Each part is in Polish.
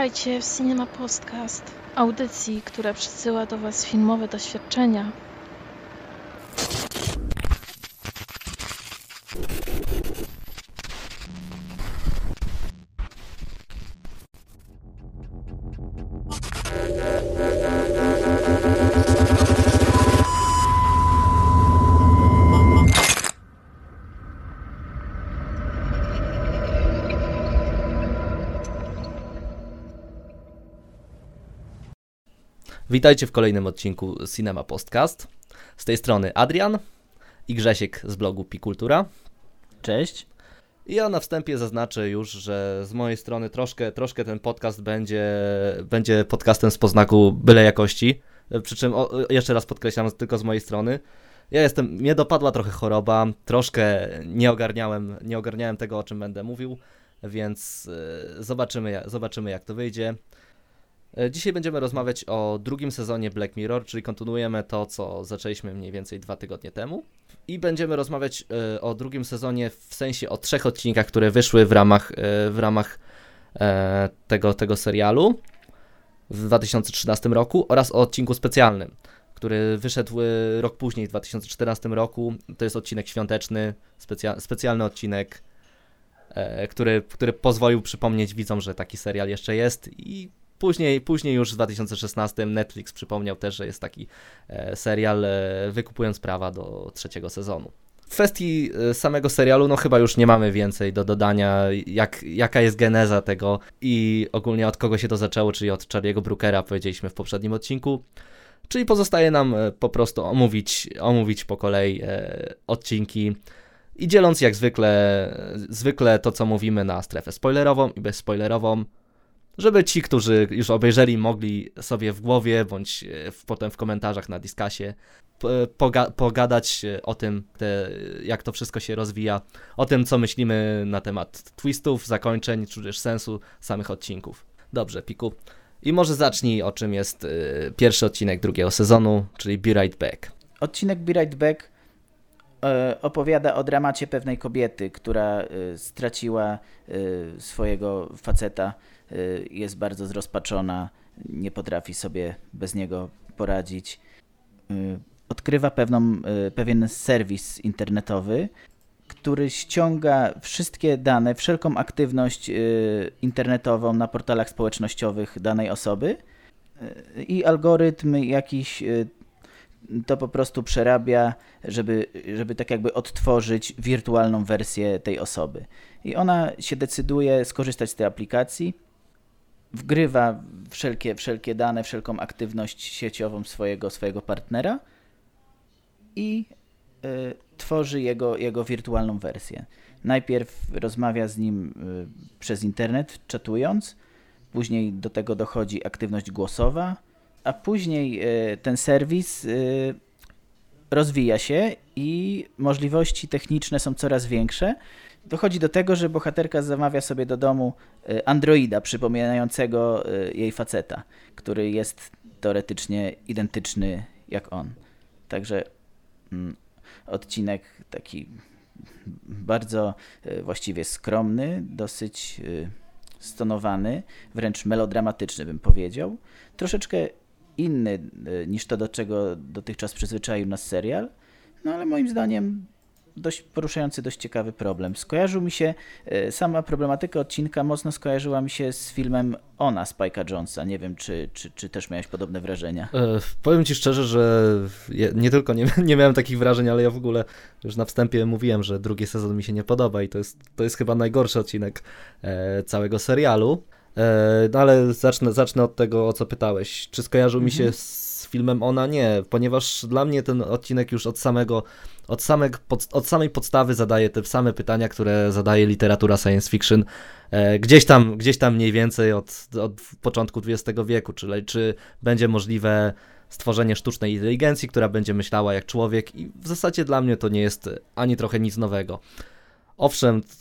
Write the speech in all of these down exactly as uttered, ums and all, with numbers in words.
Witajcie w Cinema Podcast, audycji, która przesyła do Was filmowe doświadczenia. Witajcie w kolejnym odcinku Cinema Podcast. Z tej strony Adrian i Grzesiek z blogu Pikultura. Cześć. I ja na wstępie zaznaczę już, że z mojej strony troszkę, troszkę ten podcast będzie, będzie podcastem z poznaku byle jakości. Przy czym o, jeszcze raz podkreślam, tylko z mojej strony. Ja jestem, mnie dopadła trochę choroba, troszkę nie ogarniałem, nie ogarniałem tego, o czym będę mówił, więc yy, zobaczymy, zobaczymy jak to wyjdzie. Dzisiaj będziemy rozmawiać o drugim sezonie Black Mirror, czyli kontynuujemy to, co zaczęliśmy mniej więcej dwa tygodnie temu. I będziemy rozmawiać y, o drugim sezonie, w sensie o trzech odcinkach, które wyszły w ramach, y, w ramach y, tego, tego serialu w dwa tysiące trzynastym roku oraz o odcinku specjalnym, który wyszedł y, rok później, w dwa tysiące czternastym roku. To jest odcinek świąteczny, specja- specjalny odcinek, y, który, który pozwolił przypomnieć widzom, że taki serial jeszcze jest i Później, później już w dwa tysiące szesnastym Netflix przypomniał też, że jest taki e, serial, e, wykupując prawa do trzeciego sezonu. W kwestii e, samego serialu, no chyba już nie mamy więcej do dodania, jak, jaka jest geneza tego i ogólnie od kogo się to zaczęło, czyli od Charlie'ego Brookera, powiedzieliśmy w poprzednim odcinku. Czyli pozostaje nam e, po prostu omówić, omówić po kolei e, odcinki i dzieląc jak zwykle, e, zwykle to, co mówimy na strefę spoilerową i bezspoilerową, żeby ci, którzy już obejrzeli, mogli sobie w głowie, bądź w, potem w komentarzach na Discussie poga- pogadać o tym, te, jak to wszystko się rozwija, o tym, co myślimy na temat twistów, zakończeń, czy też sensu samych odcinków. Dobrze, Piku. I może zacznij, o czym jest y, pierwszy odcinek drugiego sezonu, czyli Be Right Back. Odcinek Be Right Back y, opowiada o dramacie pewnej kobiety, która y, straciła y, swojego faceta, jest bardzo zrozpaczona, nie potrafi sobie bez niego poradzić. Odkrywa pewną, pewien serwis internetowy, który ściąga wszystkie dane, wszelką aktywność internetową na portalach społecznościowych danej osoby i algorytm jakiś to po prostu przerabia, żeby, żeby tak jakby odtworzyć wirtualną wersję tej osoby. I ona się decyduje skorzystać z tej aplikacji, wgrywa wszelkie, wszelkie dane, wszelką aktywność sieciową swojego, swojego partnera i y, tworzy jego, jego wirtualną wersję. Najpierw rozmawia z nim y, przez internet, czatując, później do tego dochodzi aktywność głosowa, a później y, ten serwis y, rozwija się i możliwości techniczne są coraz większe. Dochodzi do tego, że bohaterka zamawia sobie do domu androida przypominającego jej faceta, który jest teoretycznie identyczny jak on. Także mm, odcinek taki bardzo y, właściwie skromny, dosyć y, stonowany, wręcz melodramatyczny bym powiedział. Troszeczkę inny y, niż to, do czego dotychczas przyzwyczaił nas serial, no ale moim zdaniem dość poruszający, dość ciekawy problem. Skojarzył mi się, sama problematyka odcinka mocno skojarzyła mi się z filmem Ona Spike'a Jonesa. Nie wiem, czy, czy, czy też miałeś podobne wrażenia? E, powiem ci szczerze, że ja nie tylko nie, nie miałem takich wrażeń, ale ja w ogóle już na wstępie mówiłem, że drugi sezon mi się nie podoba i to jest, to jest chyba najgorszy odcinek e, całego serialu. E, no ale zacznę, zacznę od tego, o co pytałeś. Czy skojarzył mhm. mi się z filmem Ona? Nie, ponieważ dla mnie ten odcinek już od samego Od, samego, pod, od samej podstawy zadaje te same pytania, które zadaje literatura science fiction e, gdzieś tam gdzieś tam mniej więcej od, od początku dwudziestego wieku, czyli czy będzie możliwe stworzenie sztucznej inteligencji, która będzie myślała jak człowiek i w zasadzie dla mnie to nie jest ani trochę nic nowego. Owszem,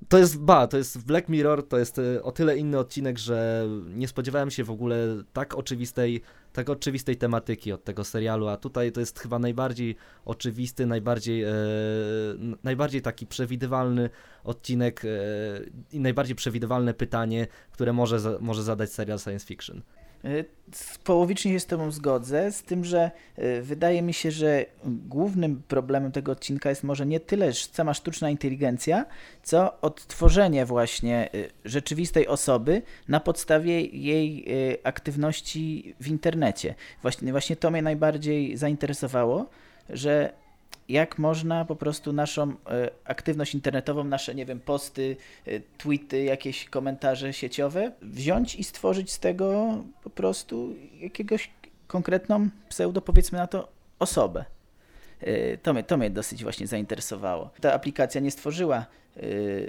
To jest, ba, to jest Black Mirror, to jest o tyle inny odcinek, że nie spodziewałem się w ogóle tak oczywistej, tak oczywistej tematyki od tego serialu, a tutaj to jest chyba najbardziej oczywisty, najbardziej, e, najbardziej taki przewidywalny odcinek e, i najbardziej przewidywalne pytanie, które może, za, może zadać serial science fiction. Połowicznie się z tobą zgodzę, z tym, że wydaje mi się, że głównym problemem tego odcinka jest może nie tyle sama sztuczna inteligencja, co odtworzenie właśnie rzeczywistej osoby na podstawie jej aktywności w internecie. Właśnie, właśnie to mnie najbardziej zainteresowało, że jak można po prostu naszą e, aktywność internetową, nasze, nie wiem, posty, e, tweety, jakieś komentarze sieciowe, wziąć i stworzyć z tego po prostu jakiegoś konkretną pseudo, powiedzmy na to, osobę. E, to, mnie, to mnie dosyć właśnie zainteresowało. Ta aplikacja nie stworzyła e,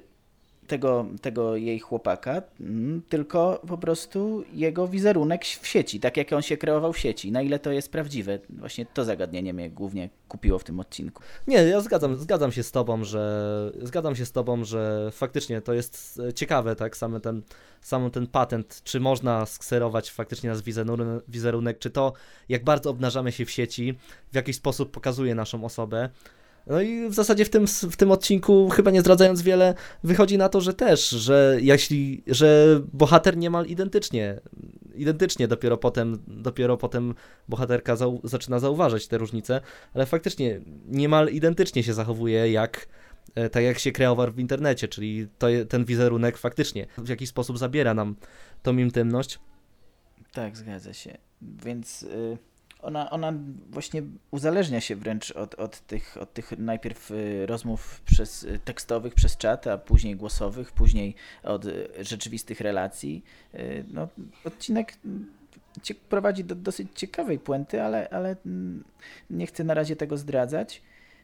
tego, tego jej chłopaka, m, tylko po prostu jego wizerunek w sieci, tak jak on się kreował w sieci. Na ile to jest prawdziwe? Właśnie to zagadnienie mnie głównie kupiło w tym odcinku. Nie, ja zgadzam, zgadzam się z tobą, że zgadzam się z tobą, że faktycznie to jest ciekawe, tak, sam ten, sam ten patent, czy można skserować faktycznie nasz wizerunek, wizerunek, czy to, jak bardzo obnażamy się w sieci, w jakiś sposób pokazuje naszą osobę. No i w zasadzie w tym, w tym odcinku, chyba nie zdradzając wiele, wychodzi na to, że też, że jeśli, że bohater niemal identycznie, identycznie dopiero potem, dopiero potem bohaterka zau, zaczyna zauważać te różnice, ale faktycznie niemal identycznie się zachowuje jak, tak jak się kreował w internecie, czyli to, ten wizerunek faktycznie w jakiś sposób zabiera nam tą intymność. Tak, zgadza się. Więc... Y- Ona, ona właśnie uzależnia się wręcz od, od, tych, od tych najpierw rozmów przez, tekstowych przez czat, a później głosowych, później od rzeczywistych relacji. No, odcinek prowadzi do dosyć ciekawej puenty, ale, ale nie chcę na razie tego zdradzać.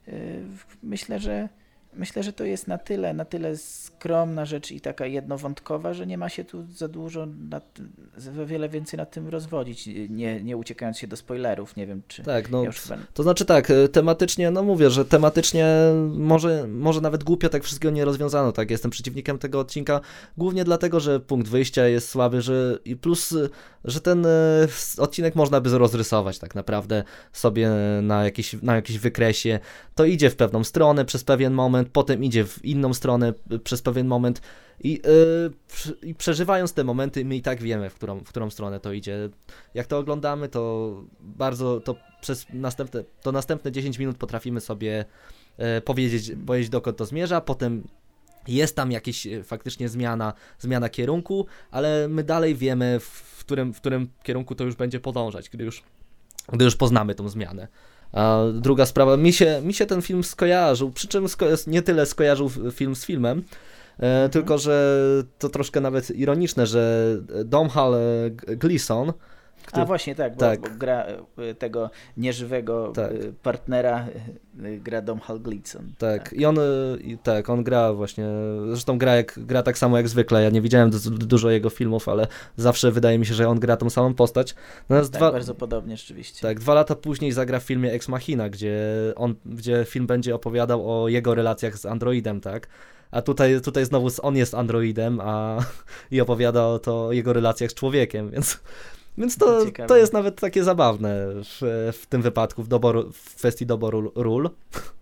Myślę, że Myślę, że to jest na tyle, na tyle skromna rzecz i taka jednowątkowa, że nie ma się tu za dużo, nad, za wiele więcej nad tym rozwodzić, nie, nie uciekając się do spoilerów, nie wiem czy... Tak, no, ja już... to znaczy tak, tematycznie, no mówię, że tematycznie może, może nawet głupio tak wszystkiego nie rozwiązano, tak, jestem przeciwnikiem tego odcinka, głównie dlatego, że punkt wyjścia jest słaby, że i plus, że ten odcinek można by rozrysować tak naprawdę sobie na jakiś, na jakiś wykresie, to idzie w pewną stronę przez pewien moment, potem idzie w inną stronę przez pewien moment i, yy, i przeżywając te momenty my i tak wiemy, w którą, w którą stronę to idzie. Jak to oglądamy, to bardzo, to przez następne, to następne dziesięć minut potrafimy sobie yy, powiedzieć, powiedzieć dokąd to zmierza, potem jest tam jakaś faktycznie zmiana, zmiana kierunku, ale my dalej wiemy, w którym, w którym kierunku to już będzie podążać, gdy już, gdy już poznamy tą zmianę. A druga sprawa, mi się, mi się ten film skojarzył, przy czym sko- nie tyle skojarzył film z filmem, e, mhm. tylko że to troszkę nawet ironiczne, że Domhnall Gleeson, który... A właśnie tak, bo, tak. bo gra tego nieżywego tak. partnera gra Domhnall Gleeson. Tak. tak, i on i tak, on gra właśnie, zresztą gra, jak, gra tak samo jak zwykle, ja nie widziałem du- dużo jego filmów, ale zawsze wydaje mi się, że on gra tą samą postać. Natomiast tak, dwa, bardzo podobnie rzeczywiście. Tak, dwa lata później zagra w filmie Ex Machina, gdzie, on, gdzie film będzie opowiadał o jego relacjach z androidem, tak? A tutaj, tutaj znowu on jest androidem, a i opowiada o to o jego relacjach z człowiekiem, więc... Więc to, to jest nawet takie zabawne w, w tym wypadku, w, doboru, w kwestii doboru ról.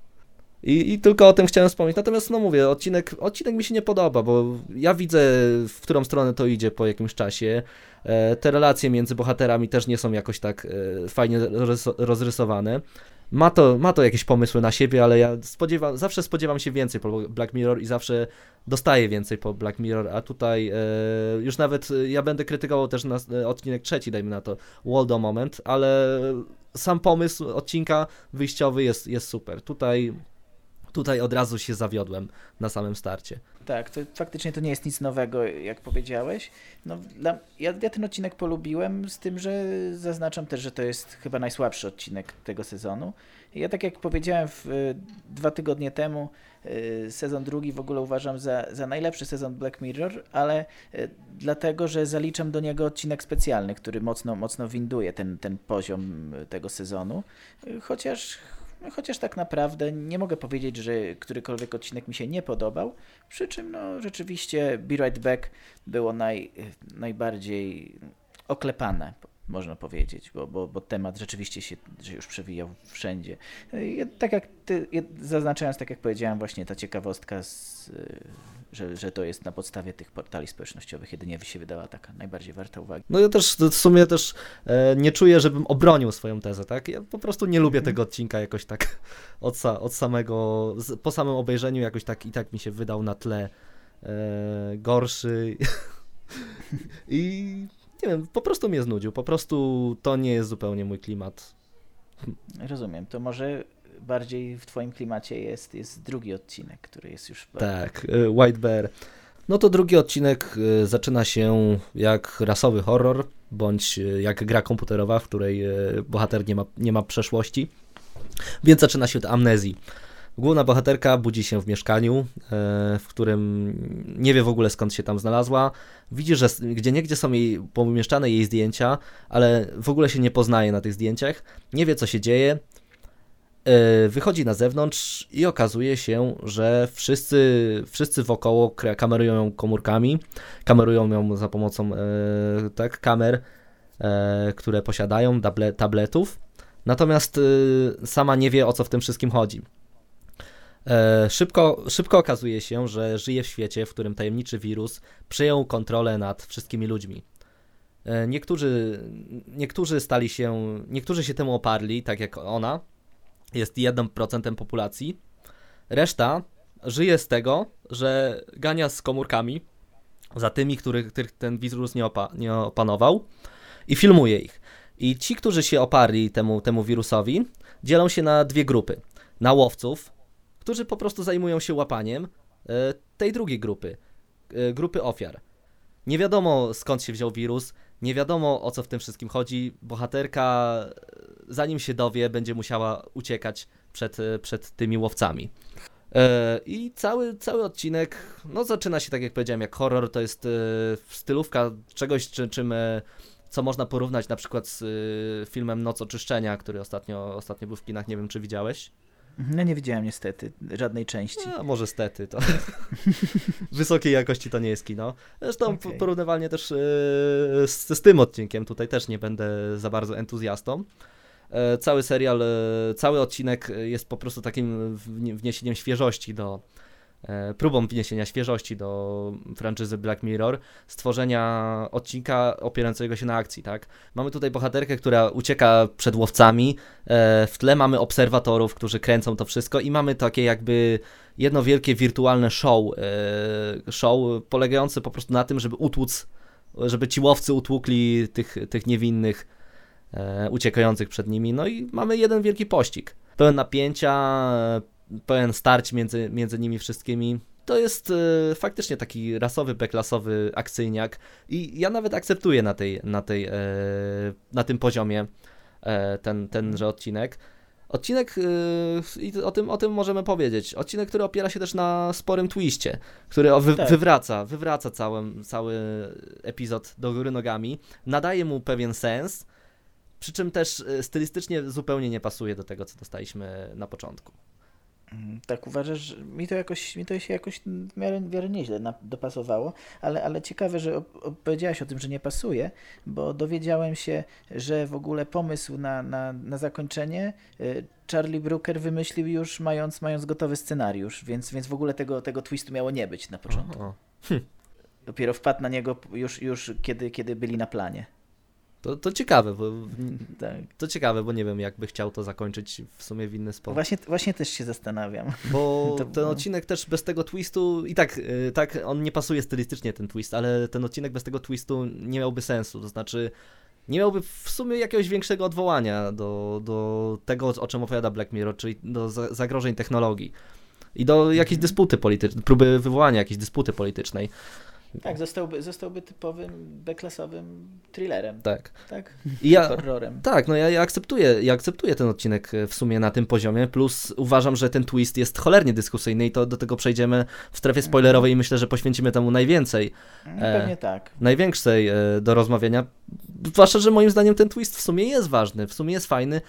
I, I tylko o tym chciałem wspomnieć. Natomiast no mówię, odcinek, odcinek mi się nie podoba, bo ja widzę, w którą stronę to idzie po jakimś czasie. E, te relacje między bohaterami też nie są jakoś tak e, fajnie roz, rozrysowane. Ma to, ma to jakieś pomysły na siebie, ale ja spodziewam, zawsze spodziewam się więcej po Black Mirror i zawsze dostaję więcej po Black Mirror, a tutaj e, już nawet ja będę krytykował też na, odcinek trzeci, dajmy na to, Waldo Moment, ale sam pomysł odcinka wyjściowy jest, jest super. Tutaj, tutaj od razu się zawiodłem na samym starcie. Tak, to faktycznie to nie jest nic nowego, jak powiedziałeś. No, dla, ja, ja ten odcinek polubiłem, z tym, że zaznaczam też, że to jest chyba najsłabszy odcinek tego sezonu. Ja tak jak powiedziałem w, dwa tygodnie temu, sezon drugi w ogóle uważam za, za najlepszy sezon Black Mirror, ale dlatego, że zaliczam do niego odcinek specjalny, który mocno, mocno winduje ten, ten poziom tego sezonu. Chociaż No, chociaż tak naprawdę nie mogę powiedzieć, że którykolwiek odcinek mi się nie podobał, przy czym no, rzeczywiście Be Right Back było naj, najbardziej oklepane, można powiedzieć, bo, bo, bo temat rzeczywiście się że już przewijał wszędzie. I tak jak ty, zaznaczając, tak jak powiedziałem, właśnie ta ciekawostka, z, że, że to jest na podstawie tych portali społecznościowych, jedynie się wydała taka najbardziej warta uwagi. No ja też w sumie też e, nie czuję, żebym obronił swoją tezę, tak? Ja po prostu nie lubię mm. tego odcinka jakoś tak od, od samego, z, po samym obejrzeniu jakoś tak i tak mi się wydał na tle e, gorszy i nie wiem, po prostu mnie znudził, po prostu to nie jest zupełnie mój klimat. Rozumiem, to może bardziej w twoim klimacie jest, jest drugi odcinek, który jest już... Tak, White Bear. No to drugi odcinek zaczyna się jak rasowy horror, bądź jak gra komputerowa, w której bohater nie ma, nie ma przeszłości, więc zaczyna się od amnezji. Główna bohaterka budzi się w mieszkaniu, w którym nie wie w ogóle skąd się tam znalazła. Widzi, że gdzieniegdzie są jej pomieszczane jej zdjęcia, ale w ogóle się nie poznaje na tych zdjęciach. Nie wie, co się dzieje. Wychodzi na zewnątrz i okazuje się, że wszyscy, wszyscy wokoło kamerują ją komórkami. Kamerują ją za pomocą tak, kamer, które posiadają, tabletów. Natomiast sama nie wie, o co w tym wszystkim chodzi. Szybko, szybko okazuje się, że żyje w świecie, w którym tajemniczy wirus przejął kontrolę nad wszystkimi ludźmi. Niektórzy, niektórzy stali się, niektórzy się temu oparli, tak jak ona, jest jeden procent populacji. Reszta żyje z tego, że gania z komórkami za tymi, których, których ten wirus nie, opa, nie opanował i filmuje ich. I ci, którzy się oparli temu, temu wirusowi, dzielą się na dwie grupy. Na łowców, którzy po prostu zajmują się łapaniem tej drugiej grupy, grupy ofiar. Nie wiadomo, skąd się wziął wirus, nie wiadomo, o co w tym wszystkim chodzi. Bohaterka, zanim się dowie, będzie musiała uciekać przed, przed tymi łowcami. I cały, cały odcinek, no zaczyna się, tak jak powiedziałem, jak horror, to jest stylówka czegoś, czy, czym, co można porównać na przykład z filmem Noc Oczyszczenia, który ostatnio, ostatnio był w kinach, nie wiem, czy widziałeś? No nie widziałem niestety żadnej części. A może stety, to wysokiej jakości to nie jest kino. Zresztą okay. Porównywalnie też yy, z, z tym odcinkiem tutaj też nie będę za bardzo entuzjastą. Yy, cały serial, yy, cały odcinek jest po prostu takim wniesieniem świeżości do, yy, próbą wniesienia świeżości do franczyzy Black Mirror, stworzenia odcinka opierającego się na akcji, tak? Mamy tutaj bohaterkę, która ucieka przed łowcami, yy, w tle mamy obserwatorów, którzy kręcą to wszystko i mamy takie jakby jedno wielkie wirtualne show, yy, show polegające po prostu na tym, żeby utłuc, żeby ci łowcy utłukli tych, tych niewinnych yy, uciekających przed nimi, no i mamy jeden wielki pościg, pełen napięcia, yy, pełen starć między, między nimi wszystkimi. To jest y, faktycznie taki rasowy, beklasowy akcyjniak i ja nawet akceptuję na, tej, na, tej, y, na tym poziomie y, ten, tenże odcinek. Odcinek, y, i o tym, o tym możemy powiedzieć, odcinek, który opiera się też na sporym twiście, który wy, tak. wywraca, wywraca cały, cały epizod do góry nogami, nadaje mu pewien sens, przy czym też stylistycznie zupełnie nie pasuje do tego, co dostaliśmy na początku. Tak uważasz, że mi to jakoś, mi to się jakoś w miarę, w miarę nieźle na, dopasowało, ale, ale ciekawe, że powiedziałaś o tym, że nie pasuje, bo dowiedziałem się, że w ogóle pomysł na, na, na zakończenie Charlie Brooker wymyślił już mając, mając gotowy scenariusz, więc, więc w ogóle tego, tego twistu miało nie być na początku. Hm. Dopiero wpadł na niego już, już kiedy, kiedy byli na planie. To, to ciekawe, bo tak. to ciekawe, bo nie wiem, jakby chciał to zakończyć w sumie w inny sposób. Właśnie, właśnie też się zastanawiam. Bo to, ten no. odcinek też bez tego twistu, i tak, tak on nie pasuje stylistycznie ten twist, ale ten odcinek bez tego twistu nie miałby sensu, to znaczy nie miałby w sumie jakiegoś większego odwołania do, do tego, o czym opowiada Black Mirror, czyli do zagrożeń technologii i do jakiejś dysputy politycznej, próby wywołania jakiejś dysputy politycznej. Tak, zostałby, zostałby typowym B-klasowym thrillerem. Tak. tak? I ja, horrorem. Tak, no ja, ja, akceptuję, ja akceptuję ten odcinek w sumie na tym poziomie, plus uważam, że ten twist jest cholernie dyskusyjny i to do tego przejdziemy w strefie spoilerowej i myślę, że poświęcimy temu najwięcej. Pewnie e, tak. Największej e, do rozmawiania, zwłaszcza, że moim zdaniem ten twist w sumie jest ważny, w sumie jest fajny.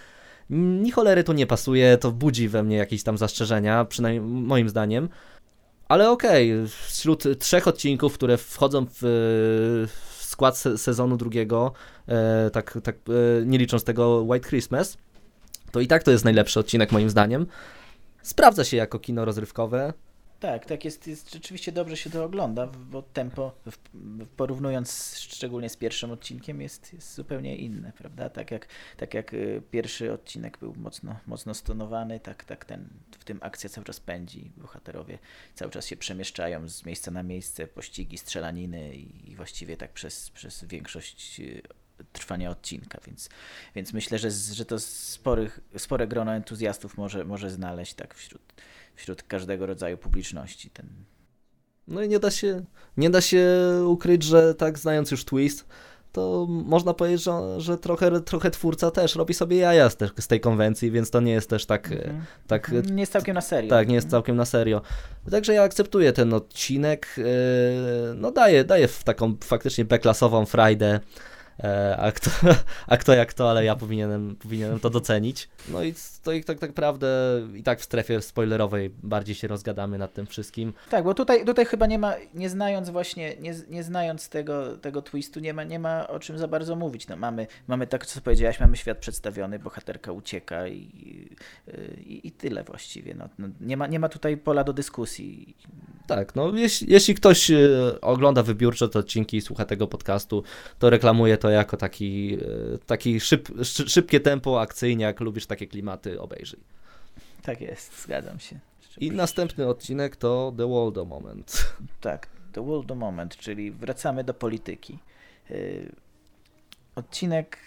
Ni cholery tu nie pasuje, to budzi we mnie jakieś tam zastrzeżenia, przynajmniej moim zdaniem. Ale okej, okay, wśród trzech odcinków, które wchodzą w, w skład se- sezonu drugiego, e, tak, tak e, nie licząc tego White Christmas, to i tak to jest najlepszy odcinek moim zdaniem. Sprawdza się jako kino rozrywkowe. Tak, tak jest, jest rzeczywiście dobrze się to ogląda, bo tempo w, porównując szczególnie z pierwszym odcinkiem jest, jest zupełnie inne, prawda? Tak jak, tak jak pierwszy odcinek był mocno, mocno stonowany, tak, tak ten, w tym akcja cały czas pędzi, bohaterowie cały czas się przemieszczają z miejsca na miejsce, pościgi, strzelaniny i, i właściwie tak przez, przez większość trwania odcinka, więc, więc myślę, że, że to sporych, spore grono entuzjastów może, może znaleźć tak wśród wśród każdego rodzaju publiczności. Ten... No i nie da się, nie da się ukryć, że tak znając już twist, to można powiedzieć, że, że trochę, trochę twórca też robi sobie jaja z, te, z tej konwencji, więc to nie jest też tak... Mm-hmm. tak nie jest całkiem na serio. Tak, nie jest całkiem na serio. Także ja akceptuję ten odcinek, no daje, daje w taką faktycznie B-klasową frajdę, a kto, a kto jak to, ale ja powinienem, powinienem to docenić. No i to i tak, tak naprawdę i tak w strefie spoilerowej bardziej się rozgadamy nad tym wszystkim. Tak, bo tutaj, tutaj chyba nie ma, nie znając właśnie, nie, nie znając tego, tego twistu, nie ma, nie ma o czym za bardzo mówić. No mamy, mamy tak, co powiedziałaś, mamy świat przedstawiony, bohaterka ucieka i, i, i tyle właściwie. No, no, nie ma, nie ma tutaj pola do dyskusji. Tak, no jeśli, jeśli ktoś ogląda wybiórczo te odcinki i słucha tego podcastu, to reklamuje to jako taki, taki szyb, szybkie tempo, akcyjniak, lubisz takie klimaty, obejrzyj. Tak jest, zgadzam się. I następny odcinek to The Waldo Moment. Tak, The Waldo Moment, czyli wracamy do polityki. Yy, odcinek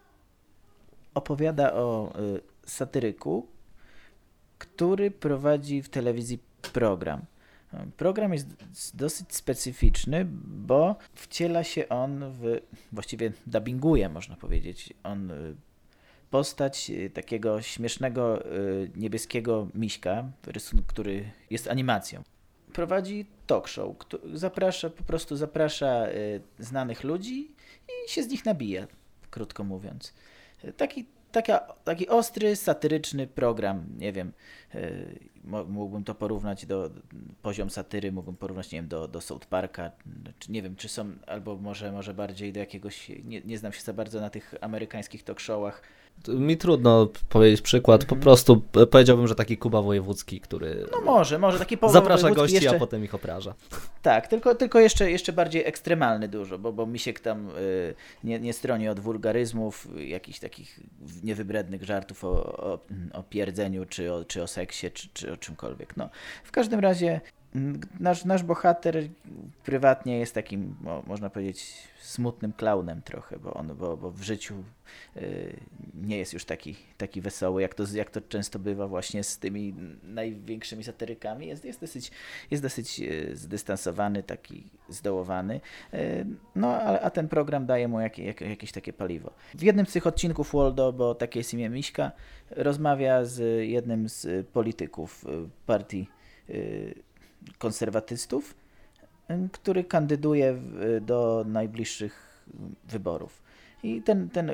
opowiada o yy, satyryku, który prowadzi w telewizji program. Program jest dosyć specyficzny, bo wciela się on w, właściwie dubbinguje, można powiedzieć, on postać takiego śmiesznego niebieskiego miśka, który jest animacją. Prowadzi talk show, zaprasza, po prostu zaprasza znanych ludzi i się z nich nabija, krótko mówiąc. Taki Taka, taki ostry, satyryczny program, nie wiem, yy, mógłbym to porównać do, poziom satyry, mógłbym porównać, nie wiem, do, do South Parka, czy nie wiem, czy są, albo może, może bardziej do jakiegoś, nie, nie znam się za bardzo na tych amerykańskich talk showach. Mi trudno powiedzieć przykład, mm-hmm. po prostu powiedziałbym, że taki Kuba Wojewódzki, który no może, może taki Kuba zaprasza gości, jeszcze... a potem ich obraża. Tak, tylko, tylko jeszcze, jeszcze bardziej ekstremalny dużo, bo, bo Misiek tam y, nie, nie stroni od wulgaryzmów, jakichś takich niewybrednych żartów o, o, o pierdzeniu, czy o, czy o seksie, czy, czy o czymkolwiek. No, w każdym razie nasz, nasz bohater prywatnie jest takim, no, można powiedzieć, smutnym klaunem trochę, bo on bo, bo w życiu y, nie jest już taki, taki wesoły, jak to, jak to często bywa właśnie z tymi największymi satyrykami. Jest, jest dosyć, jest dosyć y, zdystansowany, taki zdołowany, y, no a, a ten program daje mu jak, jak, jakieś takie paliwo. W jednym z tych odcinków Waldo, bo takie jest imię Miśka, rozmawia z jednym z polityków partii y, konserwatystów, który kandyduje do najbliższych wyborów. I ten, ten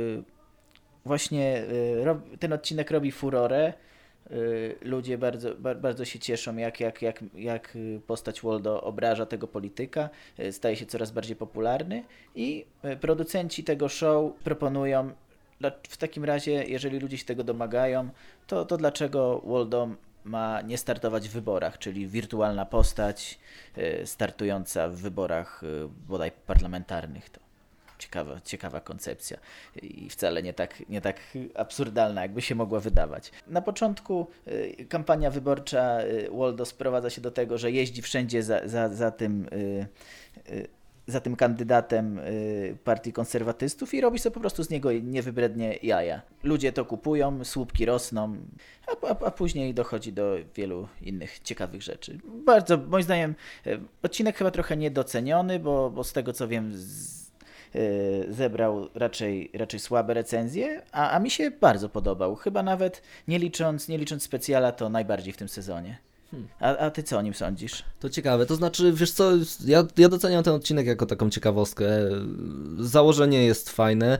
właśnie ten odcinek robi furorę. Ludzie bardzo, bardzo się cieszą, jak, jak, jak, jak postać Waldo obraża tego polityka, staje się coraz bardziej popularny i producenci tego show proponują, w takim razie, jeżeli ludzie się tego domagają, to, to dlaczego Waldo ma nie startować w wyborach, czyli wirtualna postać y, startująca w wyborach y, bodaj parlamentarnych. To ciekawa, ciekawa koncepcja i wcale nie tak, nie tak absurdalna, jakby się mogła wydawać. Na początku y, kampania wyborcza y, Waldo sprowadza się do tego, że jeździ wszędzie za, za, za tym y, y, za tym kandydatem y, partii konserwatystów i robi sobie po prostu z niego niewybrednie jaja. Ludzie to kupują, słupki rosną, a, a, a później dochodzi do wielu innych ciekawych rzeczy. Bardzo, moim zdaniem, y, odcinek chyba trochę niedoceniony, bo, bo z tego co wiem z, y, zebrał raczej, raczej słabe recenzje, a, a mi się bardzo podobał. Chyba nawet nie licząc, nie licząc specjala, to najbardziej w tym sezonie. Hmm. A, a ty co o nim sądzisz? To ciekawe, to znaczy, wiesz co, ja, ja doceniam ten odcinek jako taką ciekawostkę. Założenie jest fajne.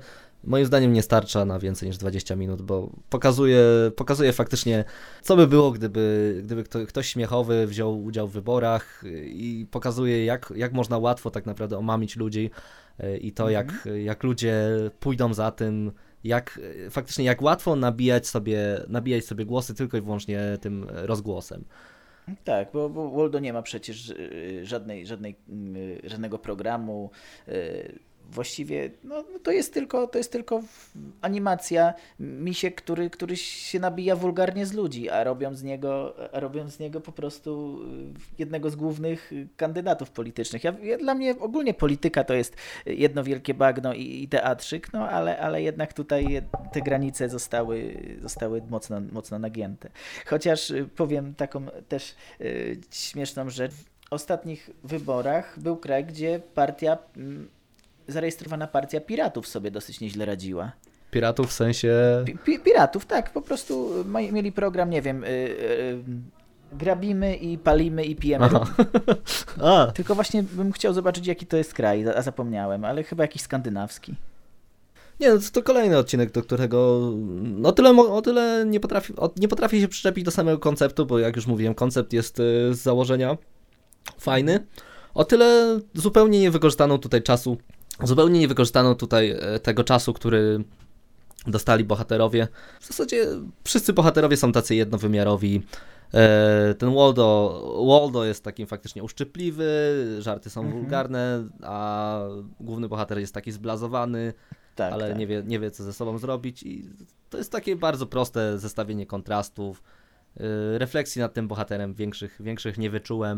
moim zdaniem nie starcza na więcej niż dwadzieścia minut, bo pokazuje, pokazuje faktycznie, co by było, gdyby, gdyby kto, ktoś śmiechowy wziął udział w wyborach i pokazuje, jak, jak można łatwo tak naprawdę omamić ludzi i to, mhm. jak, jak ludzie pójdą za tym, jak faktycznie jak łatwo nabijać sobie, nabijać sobie głosy tylko i wyłącznie tym rozgłosem. Tak, bo, bo Waldo nie ma przecież żadnej, żadnej, żadnego programu. Właściwie no, to jest tylko, to jest tylko animacja misiek, który, który się nabija wulgarnie z ludzi, a robią z niego, a robią z niego po prostu jednego z głównych kandydatów politycznych. Ja, ja, dla mnie ogólnie polityka to jest jedno wielkie bagno i, i teatrzyk, no ale, ale jednak tutaj te granice zostały, zostały mocno, mocno nagięte. Chociaż powiem taką też y, śmieszną rzecz. W ostatnich wyborach był kraj, gdzie partia zarejestrowana partia piratów sobie dosyć nieźle radziła. Piratów w sensie... Pi- piratów, tak, po prostu mieli program, nie wiem, yy, yy, grabimy i palimy i pijemy. A. Tylko właśnie bym chciał zobaczyć, jaki to jest kraj, a zapomniałem, ale chyba jakiś skandynawski. Nie, no to kolejny odcinek, do którego o tyle, o tyle nie, potrafi, nie potrafi się przyczepić do samego konceptu, bo jak już mówiłem, koncept jest z założenia fajny. O tyle zupełnie nie wykorzystano tutaj czasu, zupełnie nie wykorzystano tutaj tego czasu, który dostali bohaterowie. W zasadzie wszyscy bohaterowie są tacy jednowymiarowi. Ten Waldo, Waldo jest takim faktycznie uszczypliwy, żarty są mhm. wulgarne, a główny bohater jest taki zblazowany, tak, ale tak. Nie, wie, nie wie co ze sobą zrobić i to jest takie bardzo proste zestawienie kontrastów. Refleksji nad tym bohaterem większych, większych nie wyczułem.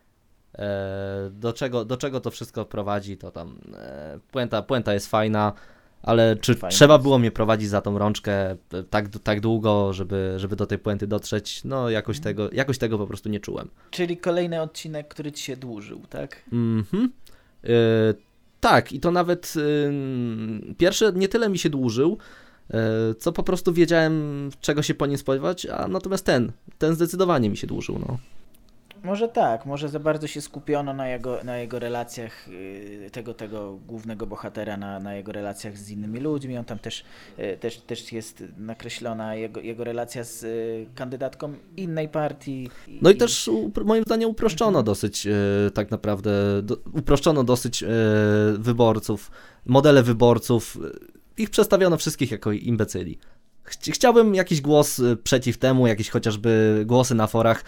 Do czego, do czego to wszystko prowadzi, to tam puenta, puenta jest fajna, ale czy Fajne trzeba jest. było mnie prowadzić za tą rączkę tak, tak długo, żeby, żeby do tej puenty dotrzeć? No jakoś, mm. tego, jakoś tego po prostu nie czułem. Czyli kolejny odcinek, który ci się dłużył, tak? Mhm. Yy, tak, i to nawet yy, pierwszy nie tyle mi się dłużył, yy, co po prostu wiedziałem, czego się po nim spodziewać, a natomiast ten, ten zdecydowanie mi się dłużył, no. Może tak, może za bardzo się skupiono na jego, na jego relacjach tego, tego głównego bohatera, na, na jego relacjach z innymi ludźmi. On tam też, też, też jest nakreślona jego, jego relacja z kandydatką innej partii. No i, i też moim zdaniem uproszczono mhm. dosyć tak naprawdę, do, uproszczono dosyć wyborców, modele wyborców. Ich przedstawiono wszystkich jako imbecyli. Chciałbym jakiś głos przeciw temu, jakieś chociażby głosy na forach,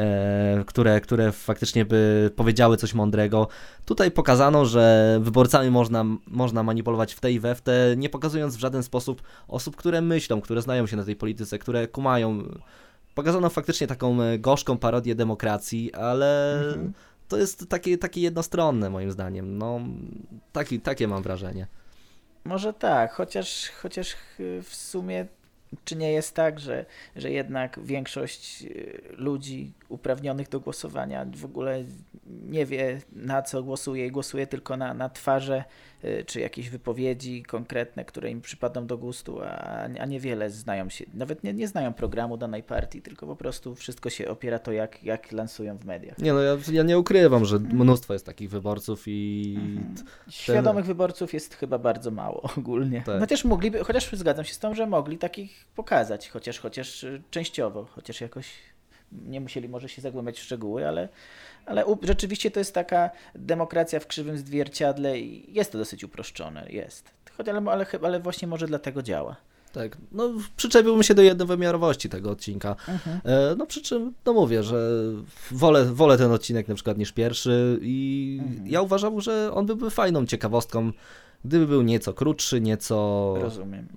e, które, które faktycznie by powiedziały coś mądrego. Tutaj pokazano, że wyborcami można, można manipulować w te i we w te, nie pokazując w żaden sposób osób, które myślą, które znają się na tej polityce, które kumają. Pokazano faktycznie taką gorzką parodię demokracji, ale mhm. to jest takie, takie jednostronne moim zdaniem. No, taki, takie mam wrażenie. Może tak, chociaż, chociaż w sumie czy nie jest tak, że, że jednak większość ludzi uprawnionych do głosowania w ogóle nie wie, na co głosuje i głosuje tylko na, na twarze czy jakieś wypowiedzi konkretne, które im przypadną do gustu, a, a niewiele znają się, nawet nie, nie znają programu danej partii, tylko po prostu wszystko się opiera to, jak, jak lansują w mediach. Nie no, ja, ja nie ukrywam, że mnóstwo jest takich wyborców i... Mhm. Świadomych ten... wyborców jest chyba bardzo mało ogólnie. Tak. Chociaż mogliby, chociaż zgadzam się z tym, że mogli takich pokazać, chociaż, chociaż częściowo, chociaż jakoś nie musieli może się zagłębiać w szczegóły, ale, ale u, rzeczywiście to jest taka demokracja w krzywym zwierciadle i jest to dosyć uproszczone, jest. Choć, ale, ale, ale właśnie może dlatego działa. Tak, no przyczepiłbym się do jednowymiarowości tego odcinka. Mhm. E, no przy czym, no mówię, że wolę, wolę ten odcinek na przykład niż pierwszy i mhm. ja uważam, że on byłby fajną ciekawostką, gdyby był nieco krótszy, nieco... Rozumiem.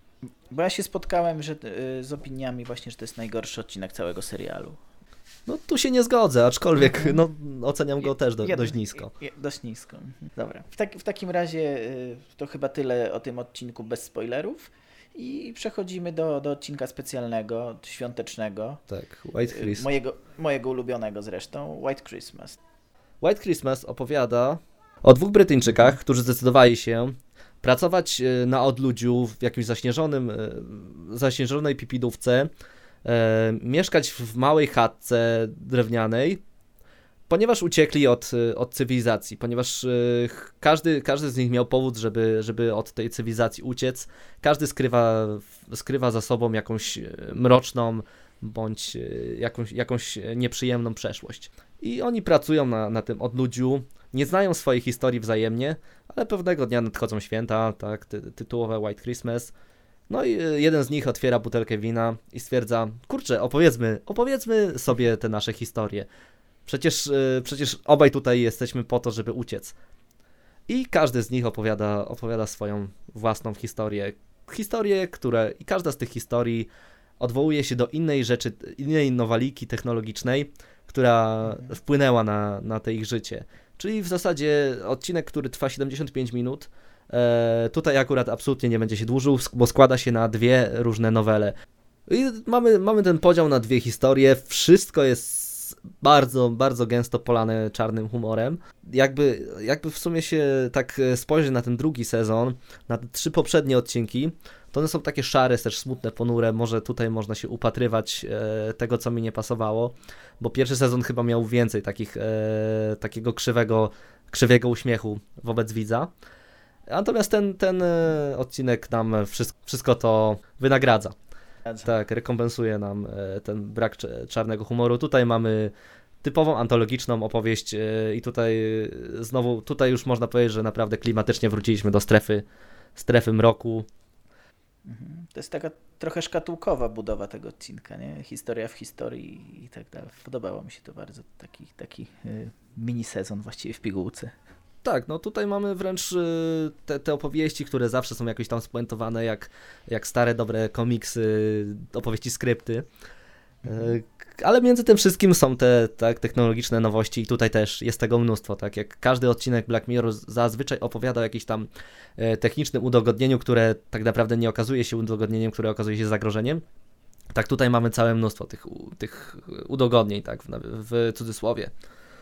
Bo ja się spotkałem że, y, z opiniami właśnie, że to jest najgorszy odcinek całego serialu. No tu się nie zgodzę, aczkolwiek no, oceniam go też do, Jed, dość nisko. Je, dość nisko. Dobra. W, tak, w takim razie y, to chyba tyle o tym odcinku bez spoilerów i przechodzimy do, do odcinka specjalnego, świątecznego. Tak, White Christmas. Mojego, mojego ulubionego zresztą, White Christmas. White Christmas opowiada o dwóch Brytyjczykach, którzy zdecydowali się pracować na odludziu w jakimś zaśnieżonym, zaśnieżonej pipidówce, e, mieszkać w małej chatce drewnianej ponieważ uciekli od, od cywilizacji, ponieważ każdy, każdy z nich miał powód, żeby, żeby od tej cywilizacji uciec. Każdy skrywa, skrywa za sobą jakąś mroczną bądź jakąś, jakąś nieprzyjemną przeszłość. I oni pracują na, na tym odludziu, nie znają swojej historii wzajemnie, ale pewnego dnia nadchodzą święta, tak, ty, tytułowe White Christmas. No i jeden z nich otwiera butelkę wina i stwierdza, kurczę, opowiedzmy, opowiedzmy sobie te nasze historie. Przecież, przecież obaj tutaj jesteśmy po to, żeby uciec. I każdy z nich opowiada, opowiada swoją własną historię. Historię, które i każda z tych historii odwołuje się do innej rzeczy, innej nowaliki technologicznej, która wpłynęła na, na te ich życie. Czyli w zasadzie odcinek, który trwa siedemdziesiąt pięć minut, e, tutaj akurat absolutnie nie będzie się dłużył, bo składa się na dwie różne nowele. I mamy, mamy ten podział na dwie historie, wszystko jest bardzo, bardzo gęsto polane czarnym humorem. Jakby, jakby w sumie się tak spojrzeć na ten drugi sezon, na te trzy poprzednie odcinki, to one są takie szare, też smutne, ponure, może tutaj można się upatrywać e, tego, co mi nie pasowało, bo pierwszy sezon chyba miał więcej takich, e, takiego krzywego, krzywiego uśmiechu wobec widza. Natomiast ten, ten e, odcinek nam wszystko, wszystko to wynagradza. Tak, rekompensuje nam e, ten brak cz- czarnego humoru. Tutaj mamy typową antologiczną opowieść e, i tutaj e, znowu, tutaj już można powiedzieć, że naprawdę klimatycznie wróciliśmy do strefy, strefy mroku. To jest taka trochę szkatułkowa budowa tego odcinka, nie? Historia w historii i tak dalej. Podobało mi się to bardzo, taki, taki y, mini sezon właściwie w pigułce. Tak, no tutaj mamy wręcz y, te, te opowieści, które zawsze są jakoś tam spuentowane, jak, jak stare, dobre komiksy, opowieści, skrypty. Y, ale między tym wszystkim są te tak, technologiczne nowości i tutaj też jest tego mnóstwo, tak jak każdy odcinek Black Mirror zazwyczaj opowiada o jakimś tam e, technicznym udogodnieniu, które tak naprawdę nie okazuje się udogodnieniem, które okazuje się zagrożeniem. Tak tutaj mamy całe mnóstwo tych, tych udogodnień, tak, w, w cudzysłowie.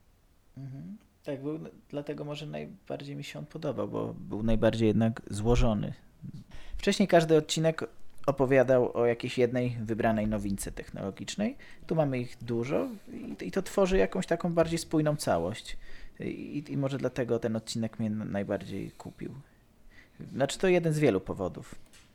Mhm. Tak, był, dlatego może najbardziej mi się on podobał, bo był najbardziej jednak złożony. Wcześniej każdy odcinek opowiadał o jakiejś jednej wybranej nowince technologicznej. Tu mamy ich dużo i, i to tworzy jakąś taką bardziej spójną całość. I, I może dlatego ten odcinek mnie najbardziej kupił. Znaczy to jeden z wielu powodów.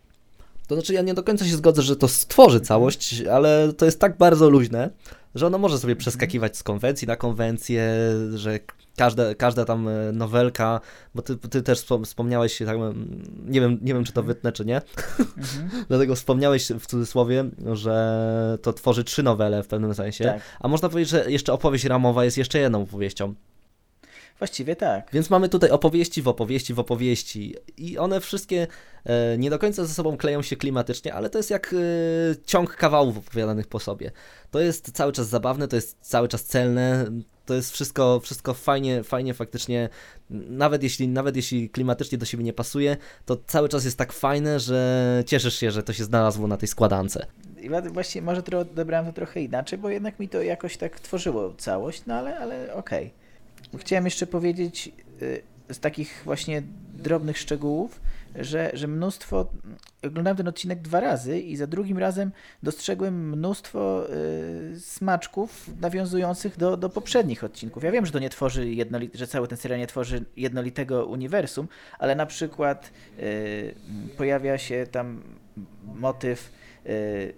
To znaczy ja nie do końca się zgodzę, że to stworzy całość, ale to jest tak bardzo luźne, że ono może sobie przeskakiwać z konwencji na konwencję, że każda, każda tam nowelka, bo ty, ty też wspomniałeś się, tak, nie wiem, nie wiem czy to wytnę, czy nie, mhm. Dlatego wspomniałeś w cudzysłowie, że to tworzy trzy nowele w pewnym sensie, tak. A można powiedzieć, że jeszcze opowieść ramowa jest jeszcze jedną opowieścią. Właściwie tak. Więc mamy tutaj opowieści w opowieści w opowieści i one wszystkie e, nie do końca ze sobą kleją się klimatycznie, ale to jest jak e, ciąg kawałów opowiadanych po sobie. To jest cały czas zabawne, to jest cały czas celne, to jest wszystko, wszystko fajnie, fajnie faktycznie, nawet jeśli, nawet jeśli klimatycznie do siebie nie pasuje, to cały czas jest tak fajne, że cieszysz się, że to się znalazło na tej składance. I właściwie może to odebrałem to trochę inaczej, bo jednak mi to jakoś tak tworzyło całość, no ale, ale okej. Okay. Chciałem jeszcze powiedzieć z takich właśnie drobnych szczegółów, że, że mnóstwo, oglądałem ten odcinek dwa razy i za drugim razem dostrzegłem mnóstwo y, smaczków nawiązujących do, do poprzednich odcinków. Ja wiem, że to nie tworzy jednolite, że cały ten serial nie tworzy jednolitego uniwersum, ale na przykład y, pojawia się tam motyw y,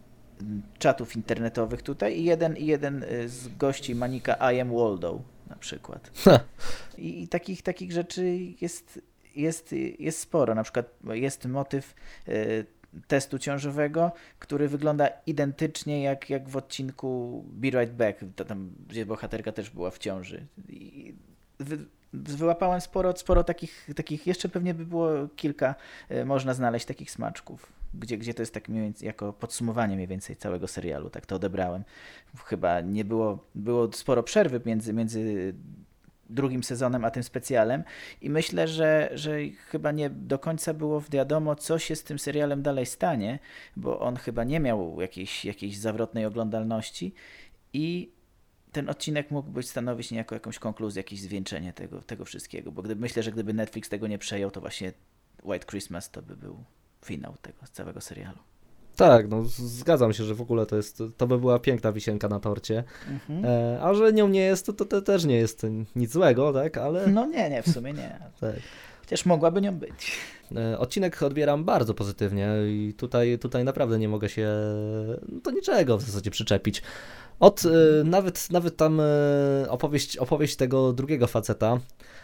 czatów internetowych tutaj i jeden, i jeden z gości Manika I am Waldo na przykład. I, i takich, takich rzeczy jest, jest, jest sporo. Na przykład jest motyw y, testu ciążowego, który wygląda identycznie jak, jak w odcinku Be Right Back, to tam, gdzie bohaterka też była w ciąży. I wy, wyłapałem sporo, sporo takich, takich, jeszcze pewnie by było kilka, y, można znaleźć takich smaczków. Gdzie, gdzie to jest tak mniej więcej, jako podsumowanie mniej więcej całego serialu, tak to odebrałem. Chyba nie było, było sporo przerwy między, między drugim sezonem a tym specjalem i myślę, że, że chyba nie do końca było wiadomo, co się z tym serialem dalej stanie, bo on chyba nie miał jakiejś, jakiejś zawrotnej oglądalności i ten odcinek mógłby stanowić niejako jakąś konkluzję, jakieś zwieńczenie tego, tego wszystkiego, bo gdyby, myślę, że gdyby Netflix tego nie przejął, to właśnie White Christmas to by był finał tego całego serialu. Tak, no z- zgadzam się, że w ogóle to jest, to by była piękna wisienka na torcie, Mhm. e, a że nią nie jest, to, to, to też nie jest nic złego, tak, ale No nie, nie, w sumie nie. tak. Chociaż mogłaby nią być. E, Odcinek odbieram bardzo pozytywnie i tutaj, tutaj naprawdę nie mogę się do niczego w zasadzie przyczepić. Od e, nawet, nawet tam e, opowieść, opowieść tego drugiego faceta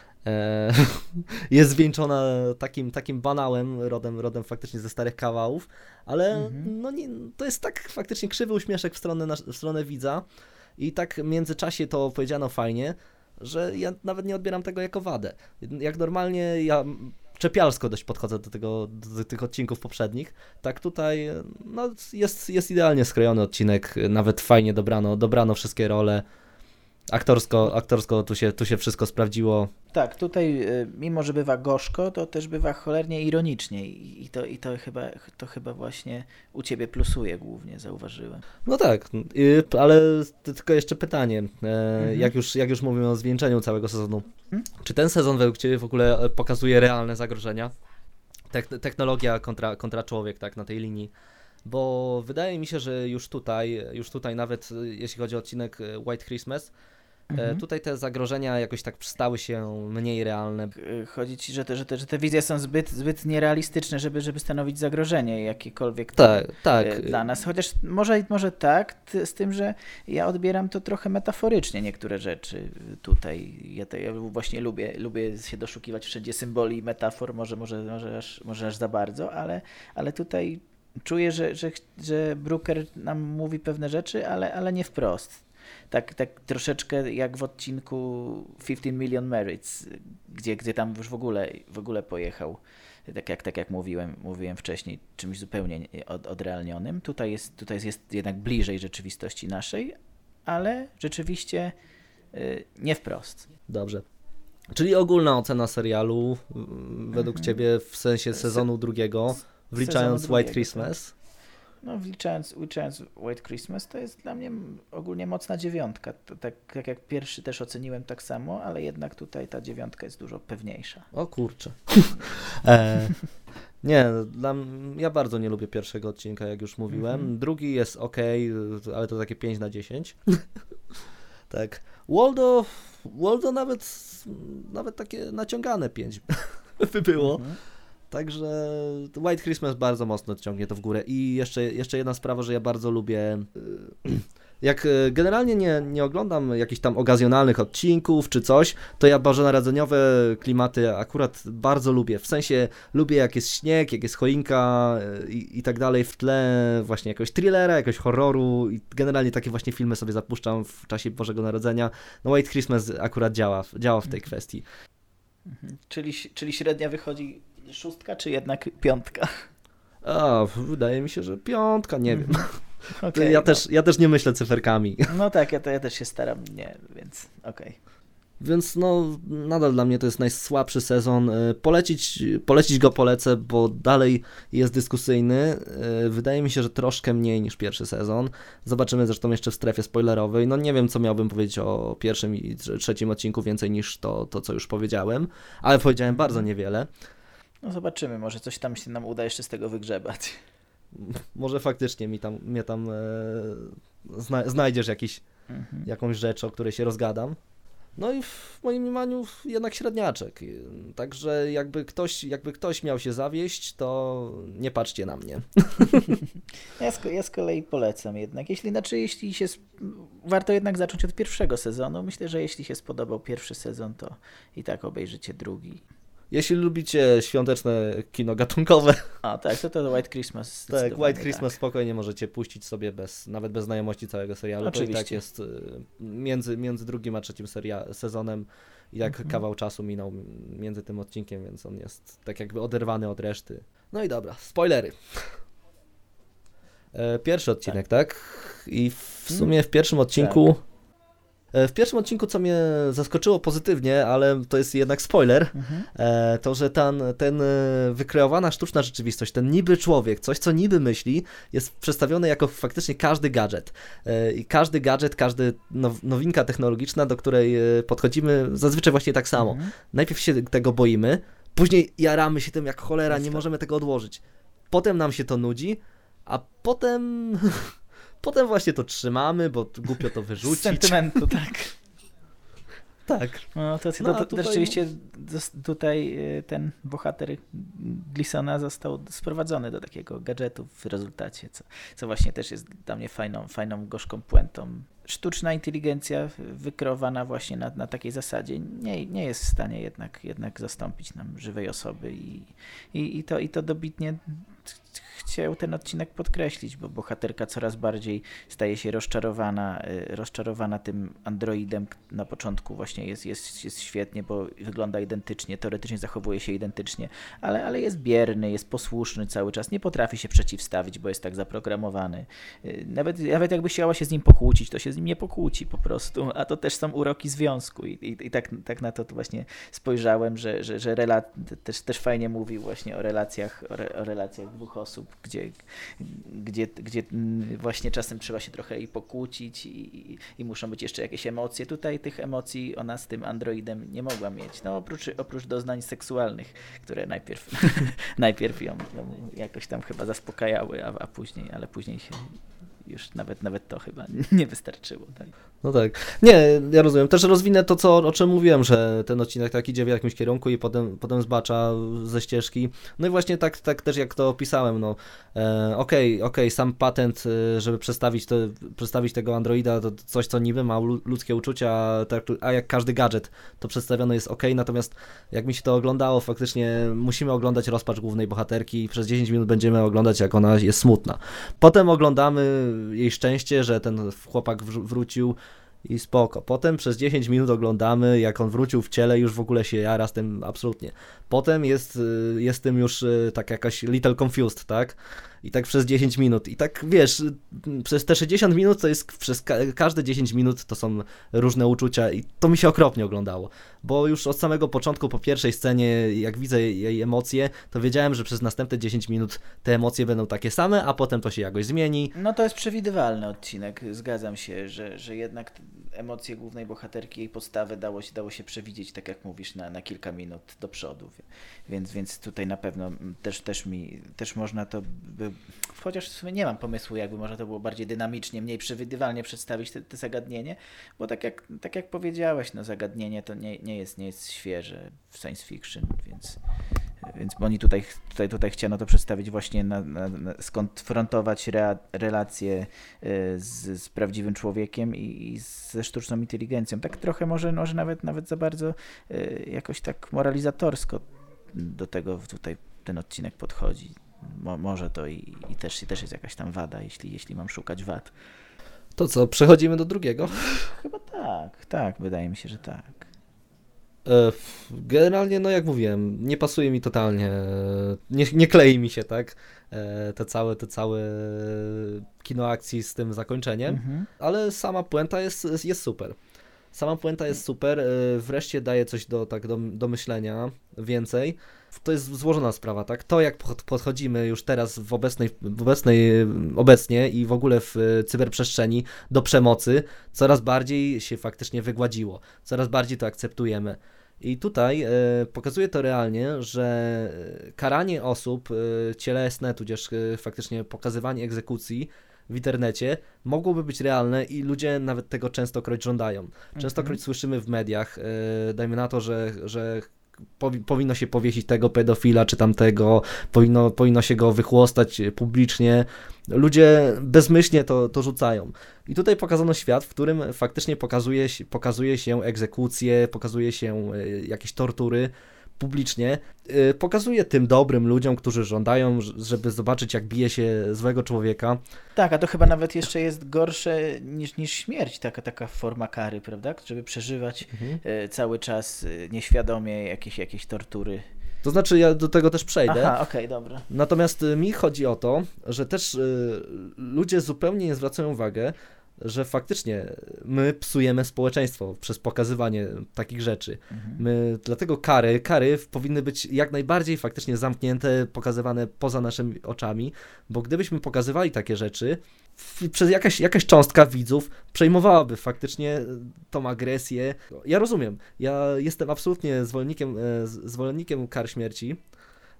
e, jest zwieńczona takim, takim banałem, rodem, rodem faktycznie ze starych kawałów, ale Mhm. no nie, to jest tak faktycznie krzywy uśmieszek w stronę, nasz- w stronę widza i tak w międzyczasie to powiedziano fajnie, że ja nawet nie odbieram tego jako wadę. Jak normalnie ja czepialsko dość podchodzę do, tego, do tych odcinków poprzednich, tak tutaj no, jest, jest idealnie skrojony odcinek, nawet fajnie dobrano, dobrano wszystkie role, aktorsko, aktorsko tu, się, tu się wszystko sprawdziło. Tak, tutaj y, mimo, że bywa gorzko, to też bywa cholernie ironicznie i, i, to, i to, chyba, to chyba właśnie u ciebie plusuje głównie, zauważyłem. No tak, y, ale tylko jeszcze pytanie, e, Mhm. jak, już, jak już mówimy o zwieńczeniu całego sezonu, Mhm. czy ten sezon według ciebie w ogóle pokazuje realne zagrożenia? Techn- technologia kontra, kontra człowiek, tak, na tej linii. Bo wydaje mi się, że już tutaj, już tutaj nawet y, jeśli chodzi o odcinek y, White Christmas, e, Mhm. tutaj te zagrożenia jakoś tak stały się mniej realne. Y, Chodzi ci, że te, że te, że te wizje są zbyt, zbyt nierealistyczne, żeby, żeby stanowić zagrożenie jakiekolwiek tam, Tak, tak. y, dla nas. Chociaż może, może tak, t- z tym, że ja odbieram to trochę metaforycznie niektóre rzeczy tutaj. Ja, to, ja właśnie lubię, lubię się doszukiwać wszędzie symboli i metafor, może, może, może, aż, może aż za bardzo, ale, ale tutaj czuję, że, że, że Brooker nam mówi pewne rzeczy, ale, ale nie wprost. Tak, tak troszeczkę jak w odcinku piętnaście Million Merits, gdzie, gdzie tam już w ogóle, w ogóle pojechał, tak jak, tak jak mówiłem, mówiłem wcześniej, czymś zupełnie nie- od, odrealnionym. Tutaj jest, tutaj jest jednak bliżej rzeczywistości naszej, ale rzeczywiście y, nie wprost. Dobrze. Czyli ogólna ocena serialu y, według Mhm. ciebie w sensie Se- sezonu drugiego, sezonu wliczając drugiego, White tak. Christmas. No, wliczając, wliczając White Christmas, to jest dla mnie ogólnie mocna dziewiątka. To tak, tak jak pierwszy też oceniłem tak samo, ale jednak tutaj ta dziewiątka jest dużo pewniejsza. O kurczę. e, nie, dla, m- ja bardzo nie lubię pierwszego odcinka, jak już mówiłem. Mhm. Drugi jest ok, ale to takie pięć na dziesięć. Tak. Waldo, Waldo nawet, nawet takie naciągane pięć by było. Mhm. Także White Christmas bardzo mocno ciągnie to w górę. I jeszcze, jeszcze jedna sprawa, że ja bardzo lubię. y, Jak y, generalnie nie, nie oglądam jakichś tam okazjonalnych odcinków czy coś, to ja bożonarodzeniowe klimaty akurat bardzo lubię. W sensie lubię jak jest śnieg, jak jest choinka y, i, i tak dalej w tle, właśnie jakiegoś thrillera, jakiegoś horroru i generalnie takie właśnie filmy sobie zapuszczam w czasie Bożego Narodzenia. No White Christmas akurat działa, działa w tej kwestii. Mhm. Czyli, czyli średnia wychodzi szóstka, czy jednak piątka? A, wydaje mi się, że piątka, nie wiem. Okej, ja, no. też, ja też nie myślę cyferkami. No tak, ja, to, ja też się staram, nie, więc okej. Więc no, nadal dla mnie to jest najsłabszy sezon. Y, Polecić, polecić go polecę, bo dalej jest dyskusyjny. Y, Wydaje mi się, że troszkę mniej niż pierwszy sezon. Zobaczymy zresztą jeszcze w strefie spoilerowej. No nie wiem, co miałbym powiedzieć o pierwszym i trze- trzecim odcinku więcej niż to, to, co już powiedziałem, ale powiedziałem bardzo niewiele. No zobaczymy, może coś tam się nam uda jeszcze z tego wygrzebać. Może faktycznie mi tam, mnie tam e, zna, znajdziesz jakiś, Mhm. jakąś rzecz, o której się rozgadam. No i w moim mniemaniu jednak średniaczek. Także jakby ktoś, jakby ktoś miał się zawieść, to nie patrzcie na mnie. Ja z, ja z kolei polecam jednak. Jeśli, znaczy, jeśli się. sp- Warto jednak zacząć od pierwszego sezonu. Myślę, że jeśli się spodobał pierwszy sezon, to i tak obejrzycie drugi. Jeśli lubicie świąteczne kino gatunkowe, A tak, to to White Christmas. tak, zdecydowanie White Christmas spokojnie możecie puścić sobie bez, nawet bez znajomości całego serialu. To i tak Oczywiście. jest y, między, między drugim a trzecim seria, sezonem. I jak Mhm. kawał czasu minął między tym odcinkiem, więc on jest tak jakby oderwany od reszty. No i dobra, spoilery. E, Pierwszy odcinek, tak? I w sumie w pierwszym odcinku... e, W pierwszym odcinku, co mnie zaskoczyło pozytywnie, ale to jest jednak spoiler, Mhm. e, to, że ten, ten e, wykreowana sztuczna rzeczywistość, ten niby człowiek, coś co niby myśli, jest przedstawione jako faktycznie każdy gadżet. E, I każdy gadżet, każdy now, nowinka technologiczna, do której e, podchodzimy zazwyczaj właśnie tak samo. Mhm. Najpierw się tego boimy, później jaramy się tym jak cholera, nie Jasne. możemy tego odłożyć. Potem nam się to nudzi, a potem... potem właśnie to trzymamy, bo głupio to wyrzucić. Z sentymentu, tak. Tak. No to, No, to, to, tutaj- to rzeczywiście dos- tutaj y, ten bohater Gleesona został sprowadzony do takiego gadżetu w rezultacie, co, co właśnie też jest dla mnie fajną, fajną gorzką puentą. Sztuczna inteligencja wykreowana właśnie na, na takiej zasadzie nie, nie jest w stanie jednak, jednak zastąpić nam żywej osoby i, i, i, to, i to dobitnie chciał ten odcinek podkreślić, bo bohaterka coraz bardziej staje się rozczarowana, y, rozczarowana tym androidem. Na początku właśnie jest, jest, jest świetnie, bo wygląda identycznie, teoretycznie zachowuje się identycznie, ale, ale jest bierny, jest posłuszny cały czas, nie potrafi się przeciwstawić, bo jest tak zaprogramowany. Y, Nawet, nawet jakby chciała się z nim pokłócić, to się z nim nie pokłóci po prostu, a to też są uroki związku i, i, i tak, tak na to właśnie spojrzałem, że, że, że rela- też, też fajnie mówił właśnie o relacjach, o, re, o relacjach dwóch osób, gdzie, gdzie, gdzie właśnie czasem trzeba się trochę i pokłócić i, i muszą być jeszcze jakieś emocje. Tutaj tych emocji ona z tym androidem nie mogła mieć, no oprócz, oprócz doznań seksualnych, które najpierw, najpierw ją, ją jakoś tam chyba zaspokajały, a, a później, ale później się już nawet, nawet to chyba nie wystarczyło. Tak? No tak. Nie, ja rozumiem. Też rozwinę to, co, o czym mówiłem, że ten odcinek tak idzie w jakimś kierunku i potem, potem zbacza ze ścieżki. No i właśnie tak, tak też jak to opisałem, no e, okej, okay, okej, okay, sam patent, żeby przedstawić, to, przedstawić tego androida, to coś, co niby ma ludzkie uczucia, tak, a jak każdy gadżet, to przedstawione jest okej, okay, natomiast jak mi się to oglądało, faktycznie musimy oglądać rozpacz głównej bohaterki i przez dziesięć minut będziemy oglądać, jak ona jest smutna. Potem oglądamy jej szczęście, że ten chłopak wr- wrócił i spoko. Potem przez dziesięć minut oglądamy, jak on wrócił w ciele, już w ogóle się jara z tym absolutnie. Potem jest, jest tym już tak jakaś little confused, tak? I tak przez dziesięć minut. I tak wiesz, przez te sześćdziesiąt minut to jest, przez ka- każde dziesięć minut to są różne uczucia i to mi się okropnie oglądało. Bo już od samego początku, po pierwszej scenie, jak widzę jej emocje, to wiedziałem, że przez następne dziesięć minut te emocje będą takie same, a potem to się jakoś zmieni. No to jest przewidywalny odcinek, zgadzam się, że, że jednak emocje głównej bohaterki, jej podstawy dało się, dało się przewidzieć, tak jak mówisz, na, na kilka minut do przodu. Więc, więc tutaj na pewno też, też mi, też można to by, chociaż w sumie nie mam pomysłu, jakby można to było bardziej dynamicznie, mniej przewidywalnie przedstawić te, te zagadnienie, bo tak jak, tak jak powiedziałeś, no zagadnienie to nie, nie, jest, nie jest świeże w science fiction, więc, więc oni tutaj, tutaj, tutaj chciano to przedstawić właśnie, na, na, na skonfrontować rea, relacje z, z prawdziwym człowiekiem i, i ze sztuczną inteligencją. Tak trochę może, może nawet, nawet za bardzo jakoś tak moralizatorsko do tego tutaj ten odcinek podchodzi. Mo, może to i, i, też, i też jest jakaś tam wada, jeśli, jeśli mam szukać wad. To co, przechodzimy do drugiego? Chyba tak, tak, wydaje mi się, że tak. Generalnie, no jak mówiłem, nie pasuje mi totalnie, nie, nie klei mi się, tak, te całe, te całe kino akcji z tym zakończeniem, mhm. ale sama puenta jest, jest super. Sama puenta jest super, wreszcie daje coś do, tak, do, do myślenia więcej. To jest złożona sprawa, tak? To jak podchodzimy już teraz w obecnej, w obecnej, obecnie i w ogóle w cyberprzestrzeni do przemocy, coraz bardziej się faktycznie wygładziło, coraz bardziej to akceptujemy. I tutaj e, pokazuje to realnie, że karanie osób e, cielesne, tudzież e, faktycznie pokazywanie egzekucji w internecie mogłoby być realne i ludzie nawet tego częstokroć żądają. Częstokroć mhm. słyszymy w mediach, e, dajmy na to, że, że powinno się powiesić tego pedofila czy tamtego, powinno, powinno się go wychłostać publicznie. Ludzie bezmyślnie to, to rzucają. I tutaj pokazano świat, w którym faktycznie pokazuje, pokazuje się egzekucje, pokazuje się jakieś tortury publicznie. Pokazuje tym dobrym ludziom, którzy żądają, żeby zobaczyć, jak bije się złego człowieka. Tak, a to chyba nawet jeszcze jest gorsze niż, niż śmierć, taka, taka forma kary, prawda? Żeby przeżywać mhm. cały czas nieświadomie jakieś, jakieś tortury. To znaczy, ja do tego też przejdę. Aha, okej, okay, dobra. Natomiast mi chodzi o to, że też y, ludzie zupełnie nie zwracają uwagi, że faktycznie my psujemy społeczeństwo przez pokazywanie takich rzeczy. Mhm. My, dlatego kary, kary powinny być jak najbardziej faktycznie zamknięte, pokazywane poza naszymi oczami, bo gdybyśmy pokazywali takie rzeczy, w, przez jakaś, jakaś cząstka widzów przejmowałaby faktycznie tą agresję. Ja rozumiem, ja jestem absolutnie zwolennikiem, zwolennikiem kar śmierci,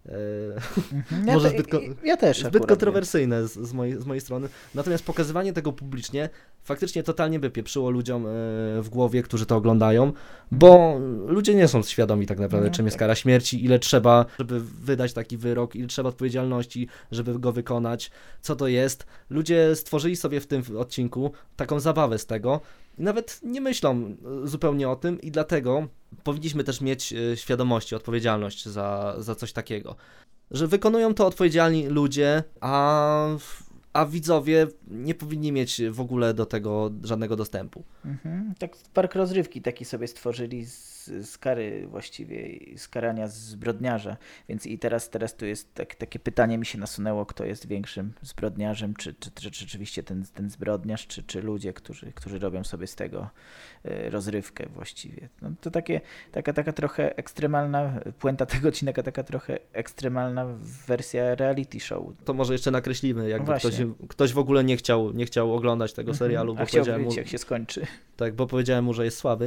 Mhm. Ja, Może te, zbyt, ko- ja też zbyt akurat, kontrowersyjne z, z, mojej, z mojej strony. Natomiast pokazywanie tego publicznie faktycznie totalnie by pieprzyło ludziom e, w głowie, którzy to oglądają, bo ludzie nie są świadomi tak naprawdę, No, czym jest tak. kara śmierci, ile trzeba, żeby wydać taki wyrok, ile trzeba odpowiedzialności, żeby go wykonać, co to jest. Ludzie stworzyli sobie w tym odcinku taką zabawę z tego i nawet nie myślą zupełnie o tym i dlatego powinniśmy też mieć e, świadomość, odpowiedzialność za, za coś takiego. Że wykonują to odpowiedzialni ludzie, a, a widzowie nie powinni mieć w ogóle do tego żadnego dostępu. Mhm. Tak park rozrywki taki sobie stworzyli z, z kary właściwie, z karania zbrodniarza, więc i teraz, teraz tu jest tak, takie pytanie mi się nasunęło, kto jest większym zbrodniarzem, czy, czy, czy, czy rzeczywiście ten, ten zbrodniarz, czy, czy ludzie, którzy, którzy robią sobie z tego y, rozrywkę właściwie. No, to takie, taka, taka trochę ekstremalna, puenta tego odcinka, taka trochę ekstremalna wersja reality show. To może jeszcze nakreślimy, jakby No ktoś, właśnie. ktoś w ogóle nie chciał, nie chciał oglądać tego serialu, A bo chciał powiedziałem mu, wiedzieć, jak się skończy. tak, bo powiedziałem mu, że jest słaby.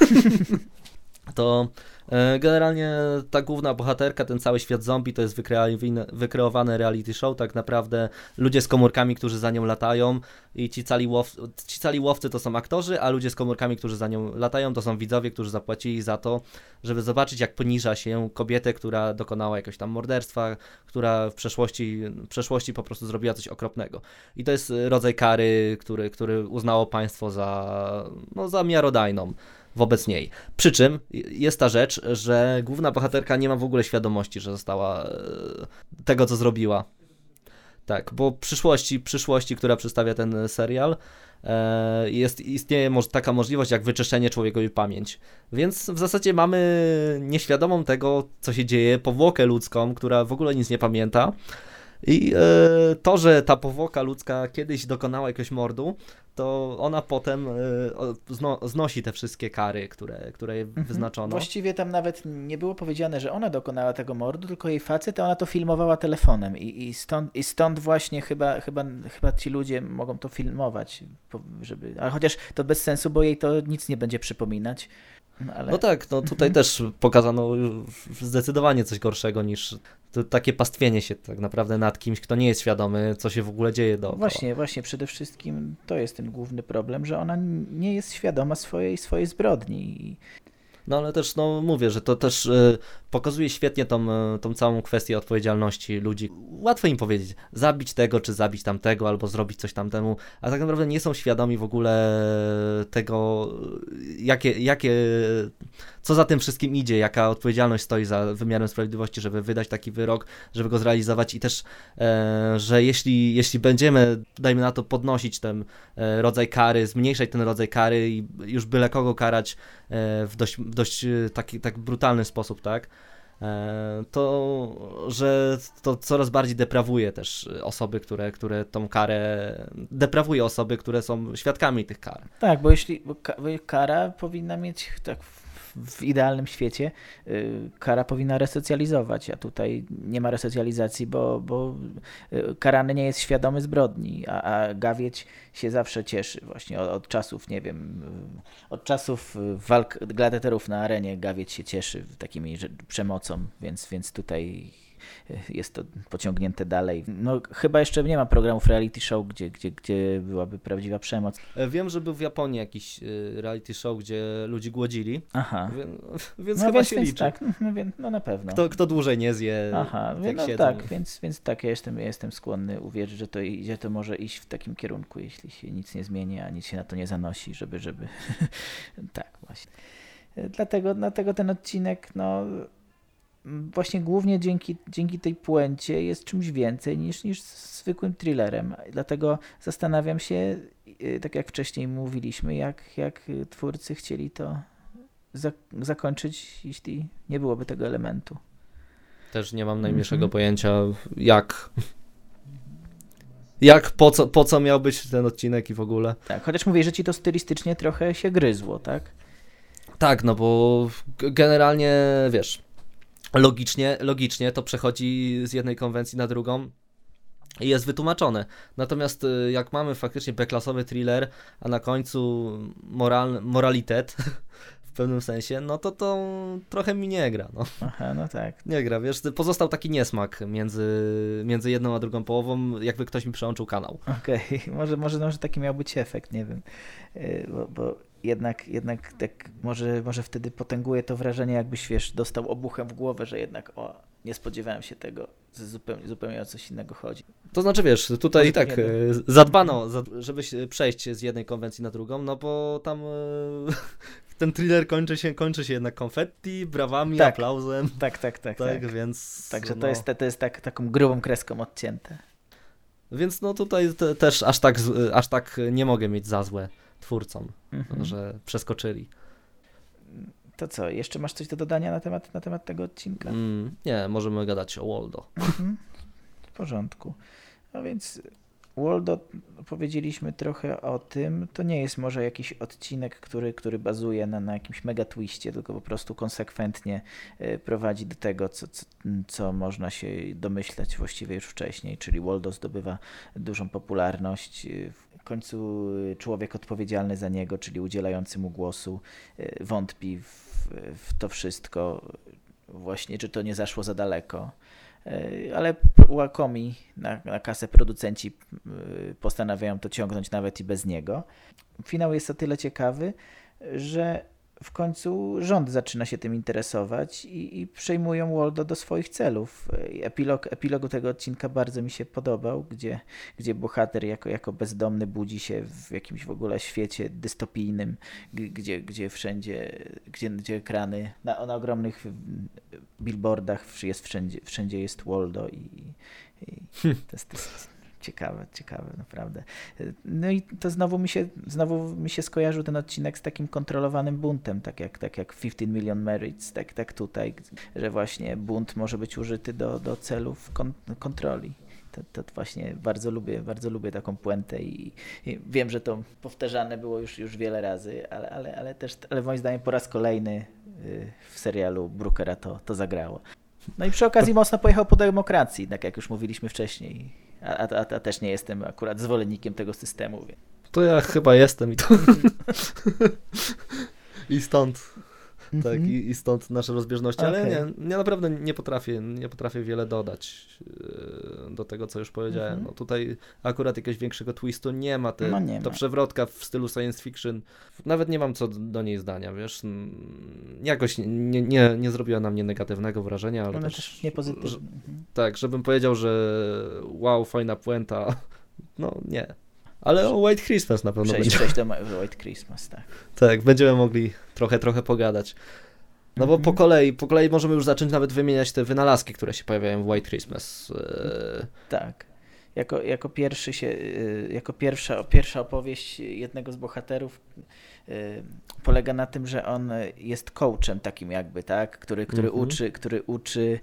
To e, generalnie ta główna bohaterka, ten cały świat zombie to jest wykreowany, wykreowane reality show, tak naprawdę ludzie z komórkami, którzy za nią latają i ci cali, łow, ci cali łowcy to są aktorzy, a ludzie z komórkami, którzy za nią latają to są widzowie, którzy zapłacili za to, żeby zobaczyć jak poniża się kobietę, która dokonała jakiegoś tam morderstwa, która w przeszłości, w przeszłości po prostu zrobiła coś okropnego. I to jest rodzaj kary, który, który uznało państwo za, no, za miarodajną wobec niej. Przy czym jest ta rzecz, że główna bohaterka nie ma w ogóle świadomości, że została e, tego, co zrobiła. Tak, bo przyszłości, przyszłości, która przedstawia ten serial, e, jest, istnieje moż, taka możliwość jak wyczyszczenie człowiekowi pamięć. Więc w zasadzie mamy nieświadomą tego, co się dzieje, powłokę ludzką, która w ogóle nic nie pamięta. I e, to, że ta powłoka ludzka kiedyś dokonała jakiegoś mordu, to ona potem e, zno, znosi te wszystkie kary, które, które jej wyznaczono. Właściwie tam nawet nie było powiedziane, że ona dokonała tego mordu, tylko jej facet, a ona to filmowała telefonem i, i, stąd, i stąd właśnie chyba, chyba, chyba ci ludzie mogą to filmować, żeby, ale chociaż to bez sensu, bo jej to nic nie będzie przypominać. No, ale... no tak, no tutaj też pokazano zdecydowanie coś gorszego niż to takie pastwienie się tak naprawdę nad kimś, kto nie jest świadomy, co się w ogóle dzieje dookoła. Właśnie, właśnie, przede wszystkim to jest ten główny problem, że ona nie jest świadoma swojej, swojej zbrodni. No ale też, no mówię, że to też y, pokazuje świetnie tą, tą całą kwestię odpowiedzialności ludzi. Łatwo im powiedzieć, zabić tego, czy zabić tamtego, albo zrobić coś tamtemu, a tak naprawdę nie są świadomi w ogóle tego, jakie, jakie, co za tym wszystkim idzie, jaka odpowiedzialność stoi za wymiarem sprawiedliwości, żeby wydać taki wyrok, żeby go zrealizować i też, e, że jeśli, jeśli będziemy, dajmy na to, podnosić ten e, rodzaj kary, zmniejszać ten rodzaj kary i już byle kogo karać e, w dość, w dość taki, tak brutalny sposób, tak, e, to, że to coraz bardziej deprawuje też osoby, które, które tą karę, deprawuje osoby, które są świadkami tych kar. Tak, bo jeśli bo kara powinna mieć, tak w idealnym świecie, y, kara powinna resocjalizować, a tutaj nie ma resocjalizacji, bo, bo y, karany nie jest świadomy zbrodni, a, a gawieć się zawsze cieszy właśnie od, od czasów, nie wiem, y, od czasów walk gladiatorów na arenie gawieć się cieszy takimi przemocą, więc, więc tutaj jest to pociągnięte dalej. No chyba jeszcze nie ma programów reality show, gdzie, gdzie, gdzie byłaby prawdziwa przemoc. Wiem, że był w Japonii jakiś reality show, gdzie ludzi głodzili, Aha. więc, więc no chyba więc, się więc liczy. Tak, no, no na pewno. Kto, kto dłużej nie zje, Aha, jak no siedzą. tak, więc, więc tak, ja jestem, ja jestem skłonny uwierzyć, że to, że to może iść w takim kierunku, jeśli się nic nie zmieni, a nic się na to nie zanosi, żeby, żeby... tak, właśnie. Dlatego, dlatego ten odcinek, no... właśnie głównie dzięki, dzięki tej puencie jest czymś więcej niż, niż zwykłym thrillerem. Dlatego zastanawiam się, tak jak wcześniej mówiliśmy, jak, jak twórcy chcieli to za, zakończyć, jeśli nie byłoby tego elementu. Też nie mam najmniejszego Mm-hmm. pojęcia, jak... Jak, po co, po co miał być ten odcinek i w ogóle. Tak, chociaż mówię, że ci to stylistycznie trochę się gryzło, tak? Tak, no bo generalnie, wiesz... Logicznie, logicznie to przechodzi z jednej konwencji na drugą i jest wytłumaczone. Natomiast jak mamy faktycznie B-klasowy thriller, a na końcu moral, moralitet pewnym sensie, no to to trochę mi nie gra, no. Aha, no tak. Nie gra, wiesz, pozostał taki niesmak między, między jedną a drugą połową, jakby ktoś mi przełączył kanał. Okej, okay. może, może, może taki miał być efekt, nie wiem, bo, bo jednak, jednak tak może, może wtedy potęguje to wrażenie, jakbyś, wiesz, dostał obuchem w głowę, że jednak o, nie spodziewałem się tego, że zupełnie, zupełnie o coś innego chodzi. To znaczy, wiesz, tutaj i tak zadbano, żeby przejść z jednej konwencji na drugą, no bo tam ten thriller kończy się, kończy się jednak konfetti, brawami, tak, aplauzem. Tak, tak, tak. Tak, tak. więc... Także no, to jest, to jest tak, taką grubą kreską odcięte. Więc no tutaj te, też aż tak, aż tak nie mogę mieć za złe twórcom, mhm. że przeskoczyli. To co, jeszcze masz coś do dodania na temat, na temat tego odcinka? Mm, nie, możemy gadać o Waldo. Mhm. W porządku. No więc Waldo, powiedzieliśmy trochę o tym. To nie jest może jakiś odcinek, który, który bazuje na, na jakimś mega twiście, tylko po prostu konsekwentnie prowadzi do tego, co, co, co można się domyślać właściwie już wcześniej, czyli Waldo zdobywa dużą popularność. W końcu człowiek odpowiedzialny za niego, czyli udzielający mu głosu, wątpi w, w to wszystko, właśnie czy to nie zaszło za daleko. Ale łakomi na, na kasę producenci postanawiają to ciągnąć nawet i bez niego. Finał jest o tyle ciekawy, że w końcu rząd zaczyna się tym interesować i, i przejmują Waldo do swoich celów. Epilog, epilog tego odcinka bardzo mi się podobał, gdzie, gdzie bohater jako, jako bezdomny budzi się w jakimś w ogóle świecie dystopijnym, gdzie, gdzie wszędzie, gdzie, gdzie ekrany na, na ogromnych billboardach jest wszędzie, wszędzie jest Waldo i, i to jest, to jest ciekawe, ciekawe, naprawdę. No i to znowu mi się, znowu mi się skojarzył ten odcinek z takim kontrolowanym buntem, tak jak, tak jak piętnaście Million Merits, tak, tak tutaj, że właśnie bunt może być użyty do, do celów kon, kontroli. To, to właśnie bardzo lubię, bardzo lubię taką puentę i, i wiem, że to powtarzane było już, już wiele razy, ale, ale, ale też, ale moim zdaniem po raz kolejny w serialu Brookera to, to zagrało. No i przy okazji mocno pojechał po demokracji, tak jak już mówiliśmy wcześniej. A, a, a też nie jestem akurat zwolennikiem tego systemu. To ja chyba jestem i to... I stąd... Mm-hmm. Tak, i, i stąd nasze rozbieżności, okay. Ale nie, ja naprawdę nie potrafię, nie potrafię wiele dodać yy, do tego, co już powiedziałem. Mm-hmm. No tutaj akurat jakiegoś większego twistu nie ma, te, no nie to ma. przewrotka w stylu science fiction, nawet nie mam co do niej zdania, wiesz, jakoś nie, nie, nie zrobiła na mnie negatywnego wrażenia, ale One też, też nie pozytywne. Że, tak, żebym powiedział, że wow, fajna puenta, no nie. Ale o White Christmas na pewno Przejść, będzie. Przejść do White Christmas, tak. Tak, będziemy mogli trochę, trochę pogadać. No bo mm-hmm. po kolei, po kolei możemy już zacząć nawet wymieniać te wynalazki, które się pojawiają w White Christmas. Tak. Jako, jako pierwszy się, jako pierwsza, pierwsza opowieść jednego z bohaterów polega na tym, że on jest coachem takim jakby, tak, który, który mm-hmm. uczy, który uczy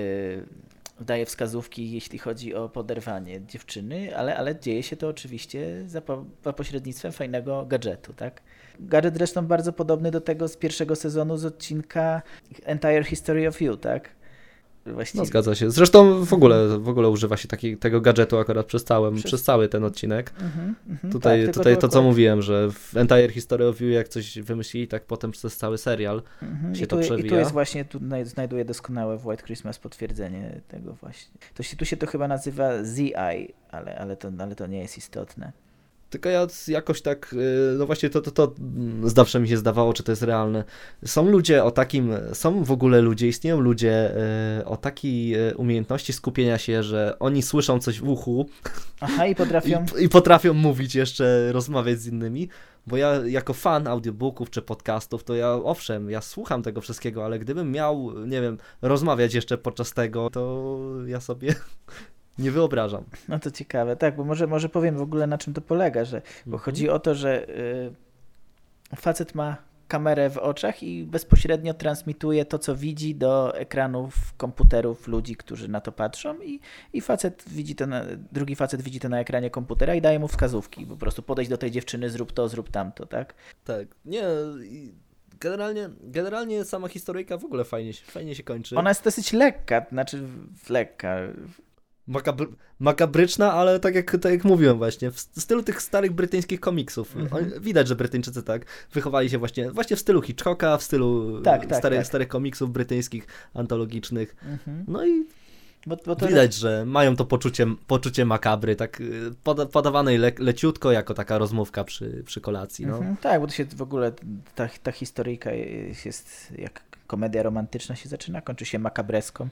daje wskazówki, jeśli chodzi o poderwanie dziewczyny, ale, ale dzieje się to oczywiście za, po, za pośrednictwem fajnego gadżetu, tak? Gadżet zresztą bardzo podobny do tego z pierwszego sezonu z odcinka Entire History of You, tak? Właściwie. No zgadza się. Zresztą w ogóle, w ogóle używa się taki, tego gadżetu akurat przez, całym, przez... przez cały ten odcinek. Mm-hmm, mm-hmm, tutaj tak, tutaj to, co mówiłem, że w Entire History of You jak coś wymyślili, tak potem przez cały serial mm-hmm. się I to tu, przewija. I tu jest właśnie, tu znajduje doskonałe w White Christmas potwierdzenie tego właśnie. To się, tu się to chyba nazywa Z-Eye, ale, ale, to, ale to nie jest istotne. Tylko ja jakoś tak, no właśnie to, to, to zawsze mi się zdawało, czy to jest realne. Są ludzie o takim, są w ogóle ludzie, istnieją ludzie o takiej umiejętności skupienia się, że oni słyszą coś w uchu. Aha, i potrafią... I, i potrafią mówić jeszcze, rozmawiać z innymi. Bo ja jako fan audiobooków czy podcastów, to ja owszem, ja słucham tego wszystkiego, ale gdybym miał, nie wiem, rozmawiać jeszcze podczas tego, to ja sobie... Nie wyobrażam. No to ciekawe, tak, bo może, może powiem w ogóle na czym to polega, że, bo mm-hmm. chodzi o to, że y, facet ma kamerę w oczach i bezpośrednio transmituje to, co widzi do ekranów komputerów ludzi, którzy na to patrzą i, i facet widzi to na, drugi facet widzi to na ekranie komputera i daje mu wskazówki, po prostu podejdź do tej dziewczyny, zrób to, zrób tamto, tak? Tak, nie... Generalnie, generalnie sama historyjka w ogóle fajnie, fajnie się kończy. Ona jest dosyć lekka, znaczy lekka... Makabry, makabryczna, ale tak jak, tak jak mówiłem właśnie, w stylu tych starych brytyjskich komiksów. Mhm. Widać, że Brytyjczycy tak wychowali się właśnie, właśnie w stylu Hitchcocka, w stylu Tak, tak, starych, tak. starych komiksów brytyjskich, antologicznych. Mhm. No i Bo, bo to widać, że mają to poczucie, poczucie makabry, tak y, poda, podawanej le, leciutko, jako taka rozmówka przy, przy kolacji. No. Mhm, tak, bo to się w ogóle ta, ta historyjka jest jak komedia romantyczna się zaczyna, kończy się makabreską.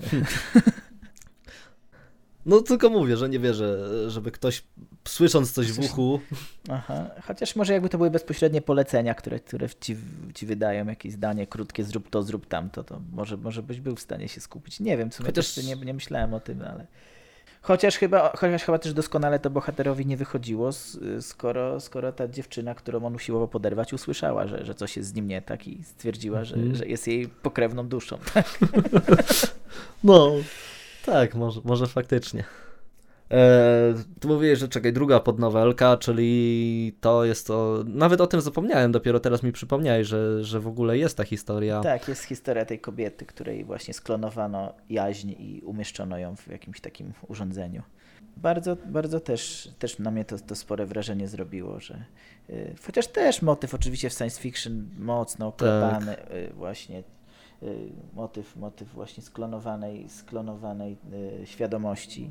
No tylko mówię, że nie wierzę, żeby ktoś słysząc coś w uchu... Aha, chociaż może jakby to były bezpośrednie polecenia, które, które ci, ci wydają jakieś zdanie krótkie, zrób to, zrób tamto, to może, może byś był w stanie się skupić. Nie wiem, w sumie Chociaż- też nie, nie myślałem o tym, ale... Chociaż chyba, chociaż chyba też doskonale to bohaterowi nie wychodziło, s- skoro, skoro ta dziewczyna, którą on usiłował poderwać, usłyszała, że, że coś jest z nim nie tak i stwierdziła, że, Mhm. że jest jej pokrewną duszą. No, tak, może, może faktycznie. E, tu mówiłeś, że czekaj, druga podnowelka, czyli to jest to... Nawet o tym zapomniałem, dopiero teraz mi przypomniałeś, że, że w ogóle jest ta historia. Tak, jest historia tej kobiety, której właśnie sklonowano jaźń i umieszczono ją w jakimś takim urządzeniu. Bardzo, bardzo też, też na mnie to, to spore wrażenie zrobiło, że y, chociaż też motyw oczywiście w science fiction mocno oklepany, y, właśnie y, motyw, motyw właśnie sklonowanej, sklonowanej y, świadomości.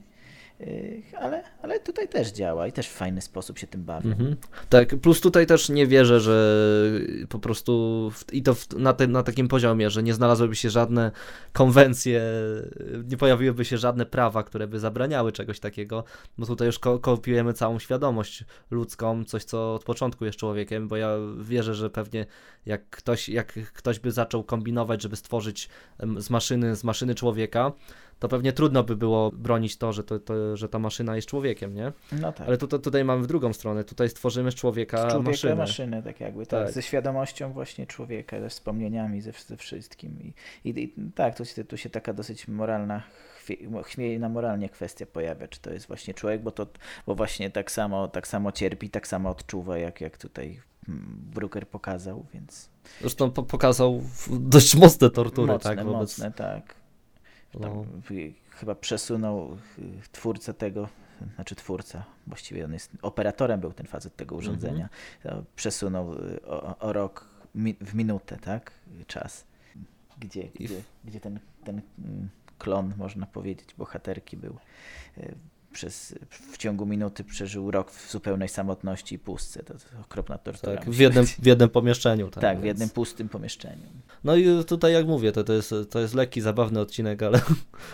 Y, Ale, ale tutaj też działa i też w fajny sposób się tym bawię. Mhm. Tak, plus tutaj też nie wierzę, że po prostu w, i to w, na, te, na takim poziomie, że nie znalazłyby się żadne konwencje, nie pojawiłyby się żadne prawa, które by zabraniały czegoś takiego, bo tutaj już ko- kopiujemy całą świadomość ludzką, coś co od początku jest człowiekiem, bo ja wierzę, że pewnie jak ktoś, jak ktoś by zaczął kombinować, żeby stworzyć em, z maszyny, z maszyny człowieka, to pewnie trudno by było bronić to, że, to, to, że ta maszyna jest człowiekiem, nie? No tak. Ale tutaj, tutaj mamy w drugą stronę, tutaj stworzymy z człowieka, Z człowieka maszynę. maszynę, tak jakby, tak. Tak. Ze świadomością właśnie człowieka, ze wspomnieniami, ze, ze wszystkim. I, i, i tak, tu się, tu się taka dosyć moralna, chwie- chwiejna moralnie kwestia pojawia, czy to jest właśnie człowiek, bo to bo właśnie tak samo, tak samo cierpi, tak samo odczuwa, jak, jak tutaj mm, Brooker pokazał, więc Zresztą po, pokazał w- dość mocne tortury, mocne, tak, wobec... mocne, tak. Tam No, y, chyba przesunął y, twórcę tego, znaczy twórca, właściwie on jest operatorem, był ten facet tego urządzenia, to przesunął y, o, o rok mi, w minutę, tak, czas, gdzie, I- gdzie, gdzie ten, ten mm, klon, można powiedzieć, bohaterki był y, przez, w ciągu minuty przeżył rok w zupełnej samotności i pustce, to, to okropna tortura. tak, w musi jednym, być. w jednym pomieszczeniu. Tak, Tak, w więc- jednym pustym pomieszczeniu. No i tutaj jak mówię, to, to, jest, to jest lekki, zabawny odcinek, ale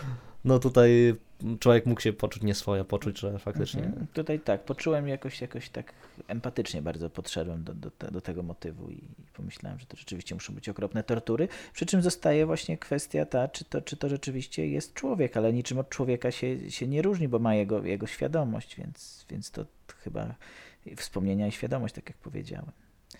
no tutaj człowiek mógł się poczuć nieswojo, poczuć, że faktycznie... Mhm. Tutaj tak, poczułem jakoś, jakoś tak empatycznie bardzo podszedłem do, do, te, do tego motywu i pomyślałem, że to rzeczywiście muszą być okropne tortury, przy czym zostaje właśnie kwestia ta, czy to, czy to rzeczywiście jest człowiek, ale niczym od człowieka się, się nie różni, bo ma jego, jego świadomość, więc, więc to chyba wspomnienia i świadomość, tak jak powiedziałem.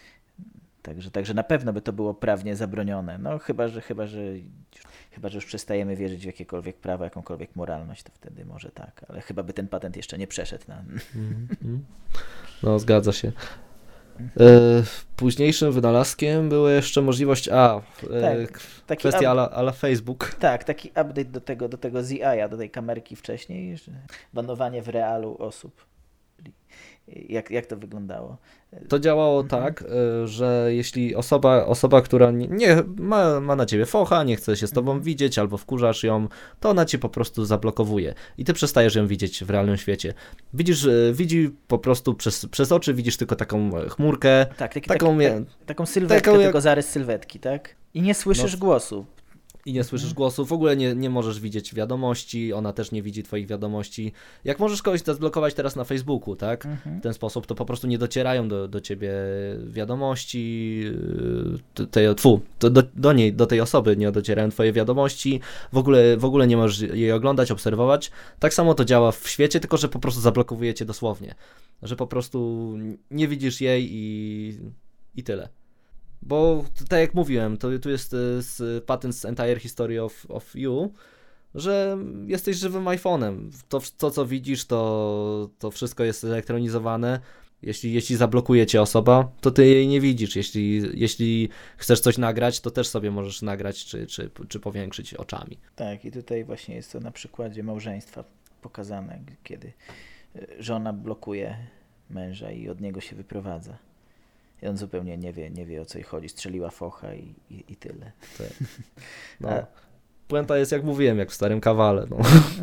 Także, także na pewno by to było prawnie zabronione. No chyba, że chyba, że chyba, że już przestajemy wierzyć w jakiekolwiek prawo, jakąkolwiek moralność, to wtedy może tak, ale chyba by ten patent jeszcze nie przeszedł na... Mhm. No, zgadza się. E, późniejszym wynalazkiem była jeszcze możliwość, a, e, Tak, taki kwestia up- ala, ala Facebook. Tak, taki update do tego, do tego Z I A, do tej kamerki wcześniej, że banowanie w realu osób. Czyli Jak, jak to wyglądało? To działało Mhm. tak, y, że jeśli osoba, osoba która nie, nie ma, ma na ciebie focha, nie chce się z tobą Mhm. widzieć albo wkurzasz ją, to ona cię po prostu zablokowuje i ty przestajesz ją widzieć w realnym świecie. Widzisz, y, widzi po prostu przez, przez oczy, widzisz tylko taką chmurkę, Tak, taki, taką, taki, ja- taką sylwetkę, taką jak- tylko zarys sylwetki, tak? I nie słyszysz No. głosu. i nie słyszysz głosu, w ogóle nie, nie możesz widzieć wiadomości, ona też nie widzi twoich wiadomości. Jak możesz kogoś zablokować teraz na Facebooku, tak? Mhm. W ten sposób to po prostu nie docierają do, do ciebie wiadomości, yy, tej, tfu, do, do, do niej, do tej osoby nie docierają twoje wiadomości, w ogóle, w ogóle nie możesz jej oglądać, obserwować. Tak samo to działa w świecie, tylko że po prostu zablokowuje cię dosłownie, że po prostu nie widzisz jej i, i tyle. Bo t- tak jak mówiłem, to tu jest y, z patent z Entire History of, of You, że jesteś żywym iPhone'em. To, w- to co widzisz, to, to wszystko jest elektronizowane. Jeśli, jeśli zablokuje cię osoba, to ty jej nie widzisz. Jeśli, jeśli chcesz coś nagrać, to też sobie możesz nagrać czy, czy, czy powiększyć oczami. Tak, i tutaj właśnie jest to na przykładzie małżeństwa pokazane, kiedy żona blokuje męża i od niego się wyprowadza. I on zupełnie nie wie, nie wie o co jej chodzi. Strzeliła focha i, i, i tyle. Tak. No. A... Puenta jest, jak mówiłem, jak w Starym Kawale. No.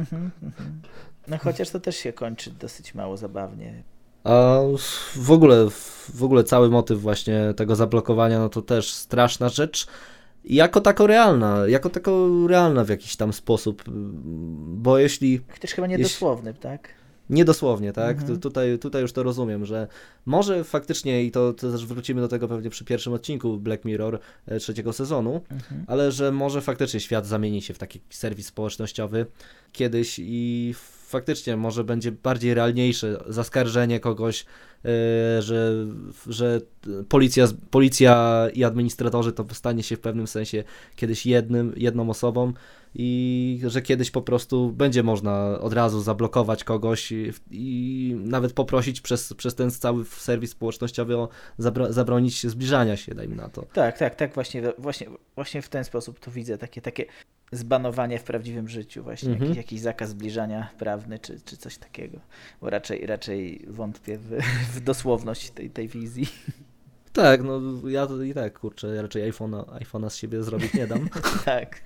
No chociaż to też się kończy dosyć mało zabawnie. A w ogóle, w ogóle cały motyw właśnie tego zablokowania, no to też straszna rzecz. Jako tako realna, jako tako realna w jakiś tam sposób, bo jeśli... Też chyba niedosłowny, jeśli... tak? Niedosłownie, tak? Mhm. Tutaj, tutaj już to rozumiem, że może faktycznie, i to, to też wrócimy do tego pewnie przy pierwszym odcinku Black Mirror e, trzeciego sezonu, mhm. ale że może faktycznie świat zamieni się w taki serwis społecznościowy kiedyś i faktycznie może będzie bardziej realniejsze zaskarżenie kogoś, e, że, że policja, policja i administratorzy to stanie się w pewnym sensie kiedyś jednym, jedną osobą, i że kiedyś po prostu będzie można od razu zablokować kogoś i, i nawet poprosić przez, przez ten cały serwis społecznościowy o zabro, zabronić zbliżania się, dajmy na to. Tak, tak, tak, właśnie, właśnie, właśnie w ten sposób to widzę, takie, takie zbanowanie w prawdziwym życiu, właśnie mhm. jakiś, jakiś zakaz zbliżania prawny, czy, czy coś takiego, bo raczej, raczej wątpię w, w dosłowność tej, tej wizji. Tak, no ja i tak, kurczę, ja raczej iPhone'a, iPhone'a z siebie zrobić nie dam. Tak.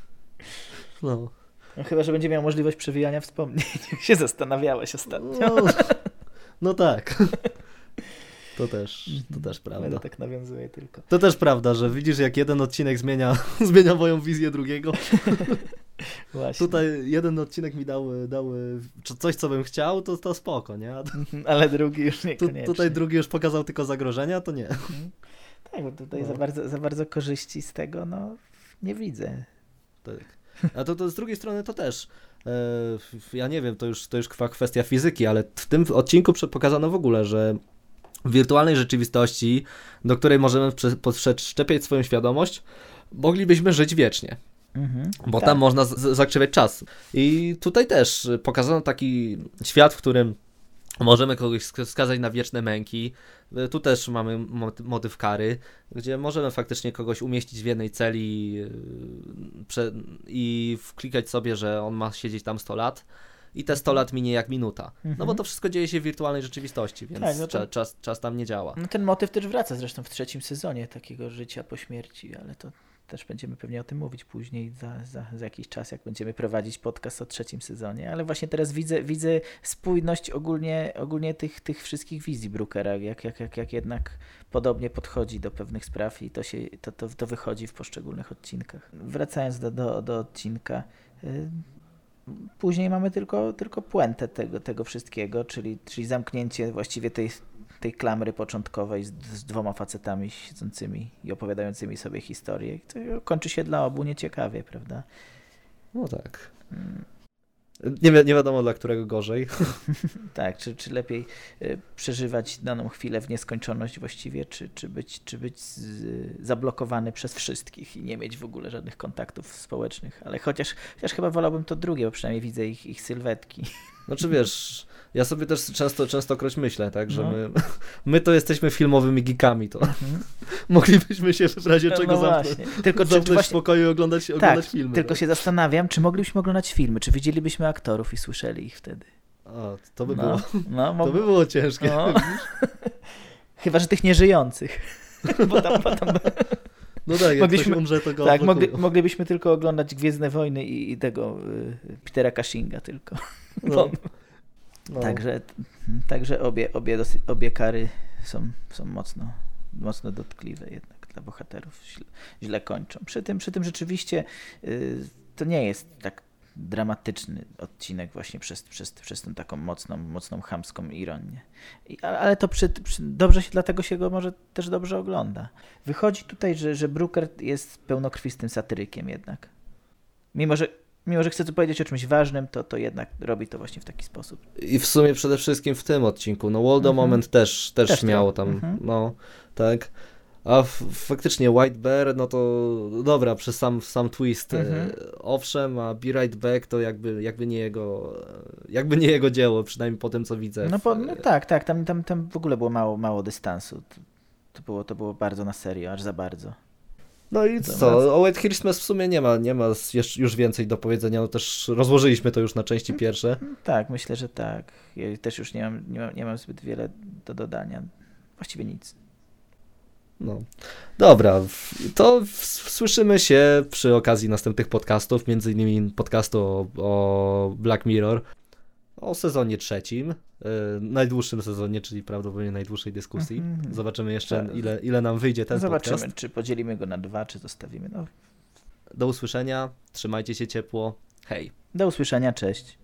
No. No chyba, że będzie miał możliwość przewijania wspomnień. się zastanawiałeś ostatnio. No, no tak. To też, to też prawda. Ale tak nawiązuje tylko. To też prawda, że widzisz, jak jeden odcinek zmienia, zmienia moją wizję drugiego. Właśnie. Tutaj jeden odcinek mi dał, dał coś, co bym chciał, to, to spoko, nie? Ale drugi już niekoniecznie. Tu, tutaj drugi już pokazał tylko zagrożenia, to nie. Tak, bo tutaj no. za, bardzo, za bardzo korzyści z tego, no, nie widzę. Tak. A to, to z drugiej strony to też, e, ja nie wiem, to już, to już kwestia fizyki, ale w tym odcinku pokazano w ogóle, że w wirtualnej rzeczywistości, do której możemy przeszczepiać swoją świadomość, moglibyśmy żyć wiecznie. Mhm, bo tak. Tam można z- zakrzywiać czas. I tutaj też pokazano taki świat, w którym możemy kogoś skazać na wieczne męki. Tu też mamy motyw kary, gdzie możemy faktycznie kogoś umieścić w jednej celi i wklikać sobie, że on ma siedzieć tam sto lat i te sto lat minie jak minuta. Mhm. No bo to wszystko dzieje się w wirtualnej rzeczywistości, więc tak, no to... czas, czas tam nie działa. No ten motyw też wraca zresztą w trzecim sezonie takiego życia po śmierci, ale to też będziemy pewnie o tym mówić później za, za, za jakiś czas, jak będziemy prowadzić podcast o trzecim sezonie, ale właśnie teraz widzę, widzę spójność ogólnie, ogólnie tych, tych wszystkich wizji Brookera, jak, jak, jak, jak jednak podobnie podchodzi do pewnych spraw i to, się, to, to, to wychodzi w poszczególnych odcinkach. Wracając do, do, do odcinka, yy, później mamy tylko, tylko puentę tego, tego wszystkiego, czyli, czyli zamknięcie właściwie tej tej klamry początkowej z, z dwoma facetami siedzącymi i opowiadającymi sobie historię. To kończy się dla obu nieciekawie, prawda? No tak. Hmm. Nie, wi- nie wiadomo dla którego gorzej. Tak, czy, czy lepiej y, przeżywać daną chwilę w nieskończoność właściwie, czy, czy być, czy być z, zablokowany przez wszystkich i nie mieć w ogóle żadnych kontaktów społecznych. Ale chociaż, chociaż chyba wolałbym to drugie, bo przynajmniej widzę ich, ich sylwetki. Znaczy wiesz, ja sobie też często, częstokroć myślę, tak, że no. my, my to jesteśmy filmowymi geekami, to mhm. moglibyśmy się w razie czego no zamknąć, tylko zamknąć czy, czy w pokoju i oglądać, tak, oglądać filmy. Tylko tak. się zastanawiam, czy moglibyśmy oglądać filmy, czy widzielibyśmy aktorów i słyszeli ich wtedy. O, to by no, było, no, to by było ciężkie. No. Chyba, że tych nieżyjących. Bo tam, bo tam... No tak, jak mogliśmy, ktoś umrze, to go tak, mogli, moglibyśmy tylko oglądać Gwiezdne Wojny i, i tego y, Petera Cushinga tylko. No. No. Także, także obie, obie, dosyć, obie kary są, są mocno, mocno dotkliwe jednak dla bohaterów. Źle, źle kończą. Przy tym, przy tym rzeczywiście y, to nie jest tak dramatyczny odcinek właśnie przez, przez, przez tę taką mocną, mocną chamską ironię. I, ale to przy, przy, dobrze się, dlatego się go może też dobrze ogląda. Wychodzi tutaj, że, że Brooker jest pełnokrwistym satyrykiem jednak. Mimo, że Mimo, że chce tu powiedzieć o czymś ważnym, to, to jednak robi to właśnie w taki sposób. I w sumie przede wszystkim w tym odcinku. No Waldo mm-hmm. Moment też, też, też miało tam, mm-hmm. no tak. A f- faktycznie White Bear, no to dobra, przez sam, sam twist, mm-hmm. e, owszem, a Be Right Back to jakby, jakby, nie jego, jakby nie jego dzieło, przynajmniej po tym, co widzę. No, w, po, no tak, tak, tam, tam, tam w ogóle było mało, mało dystansu. To było, to było bardzo na serio, aż za bardzo. No i co, o White Christmas w sumie nie ma, nie ma już więcej do powiedzenia, no też rozłożyliśmy to już na części pierwsze. Tak, myślę, że tak. Ja też już nie mam, nie mam, nie mam zbyt wiele do dodania. Właściwie nic. No. Dobra, to słyszymy się przy okazji następnych podcastów, między innymi podcastu o, o Black Mirror, o sezonie trzecim, yy, najdłuższym sezonie, czyli prawdopodobnie najdłuższej dyskusji. Mm-hmm. Zobaczymy jeszcze, tak. ile, ile nam wyjdzie ten Zobaczymy, podcast. Zobaczymy, czy podzielimy go na dwa, czy zostawimy. No. Do usłyszenia, trzymajcie się ciepło, hej. Do usłyszenia, cześć.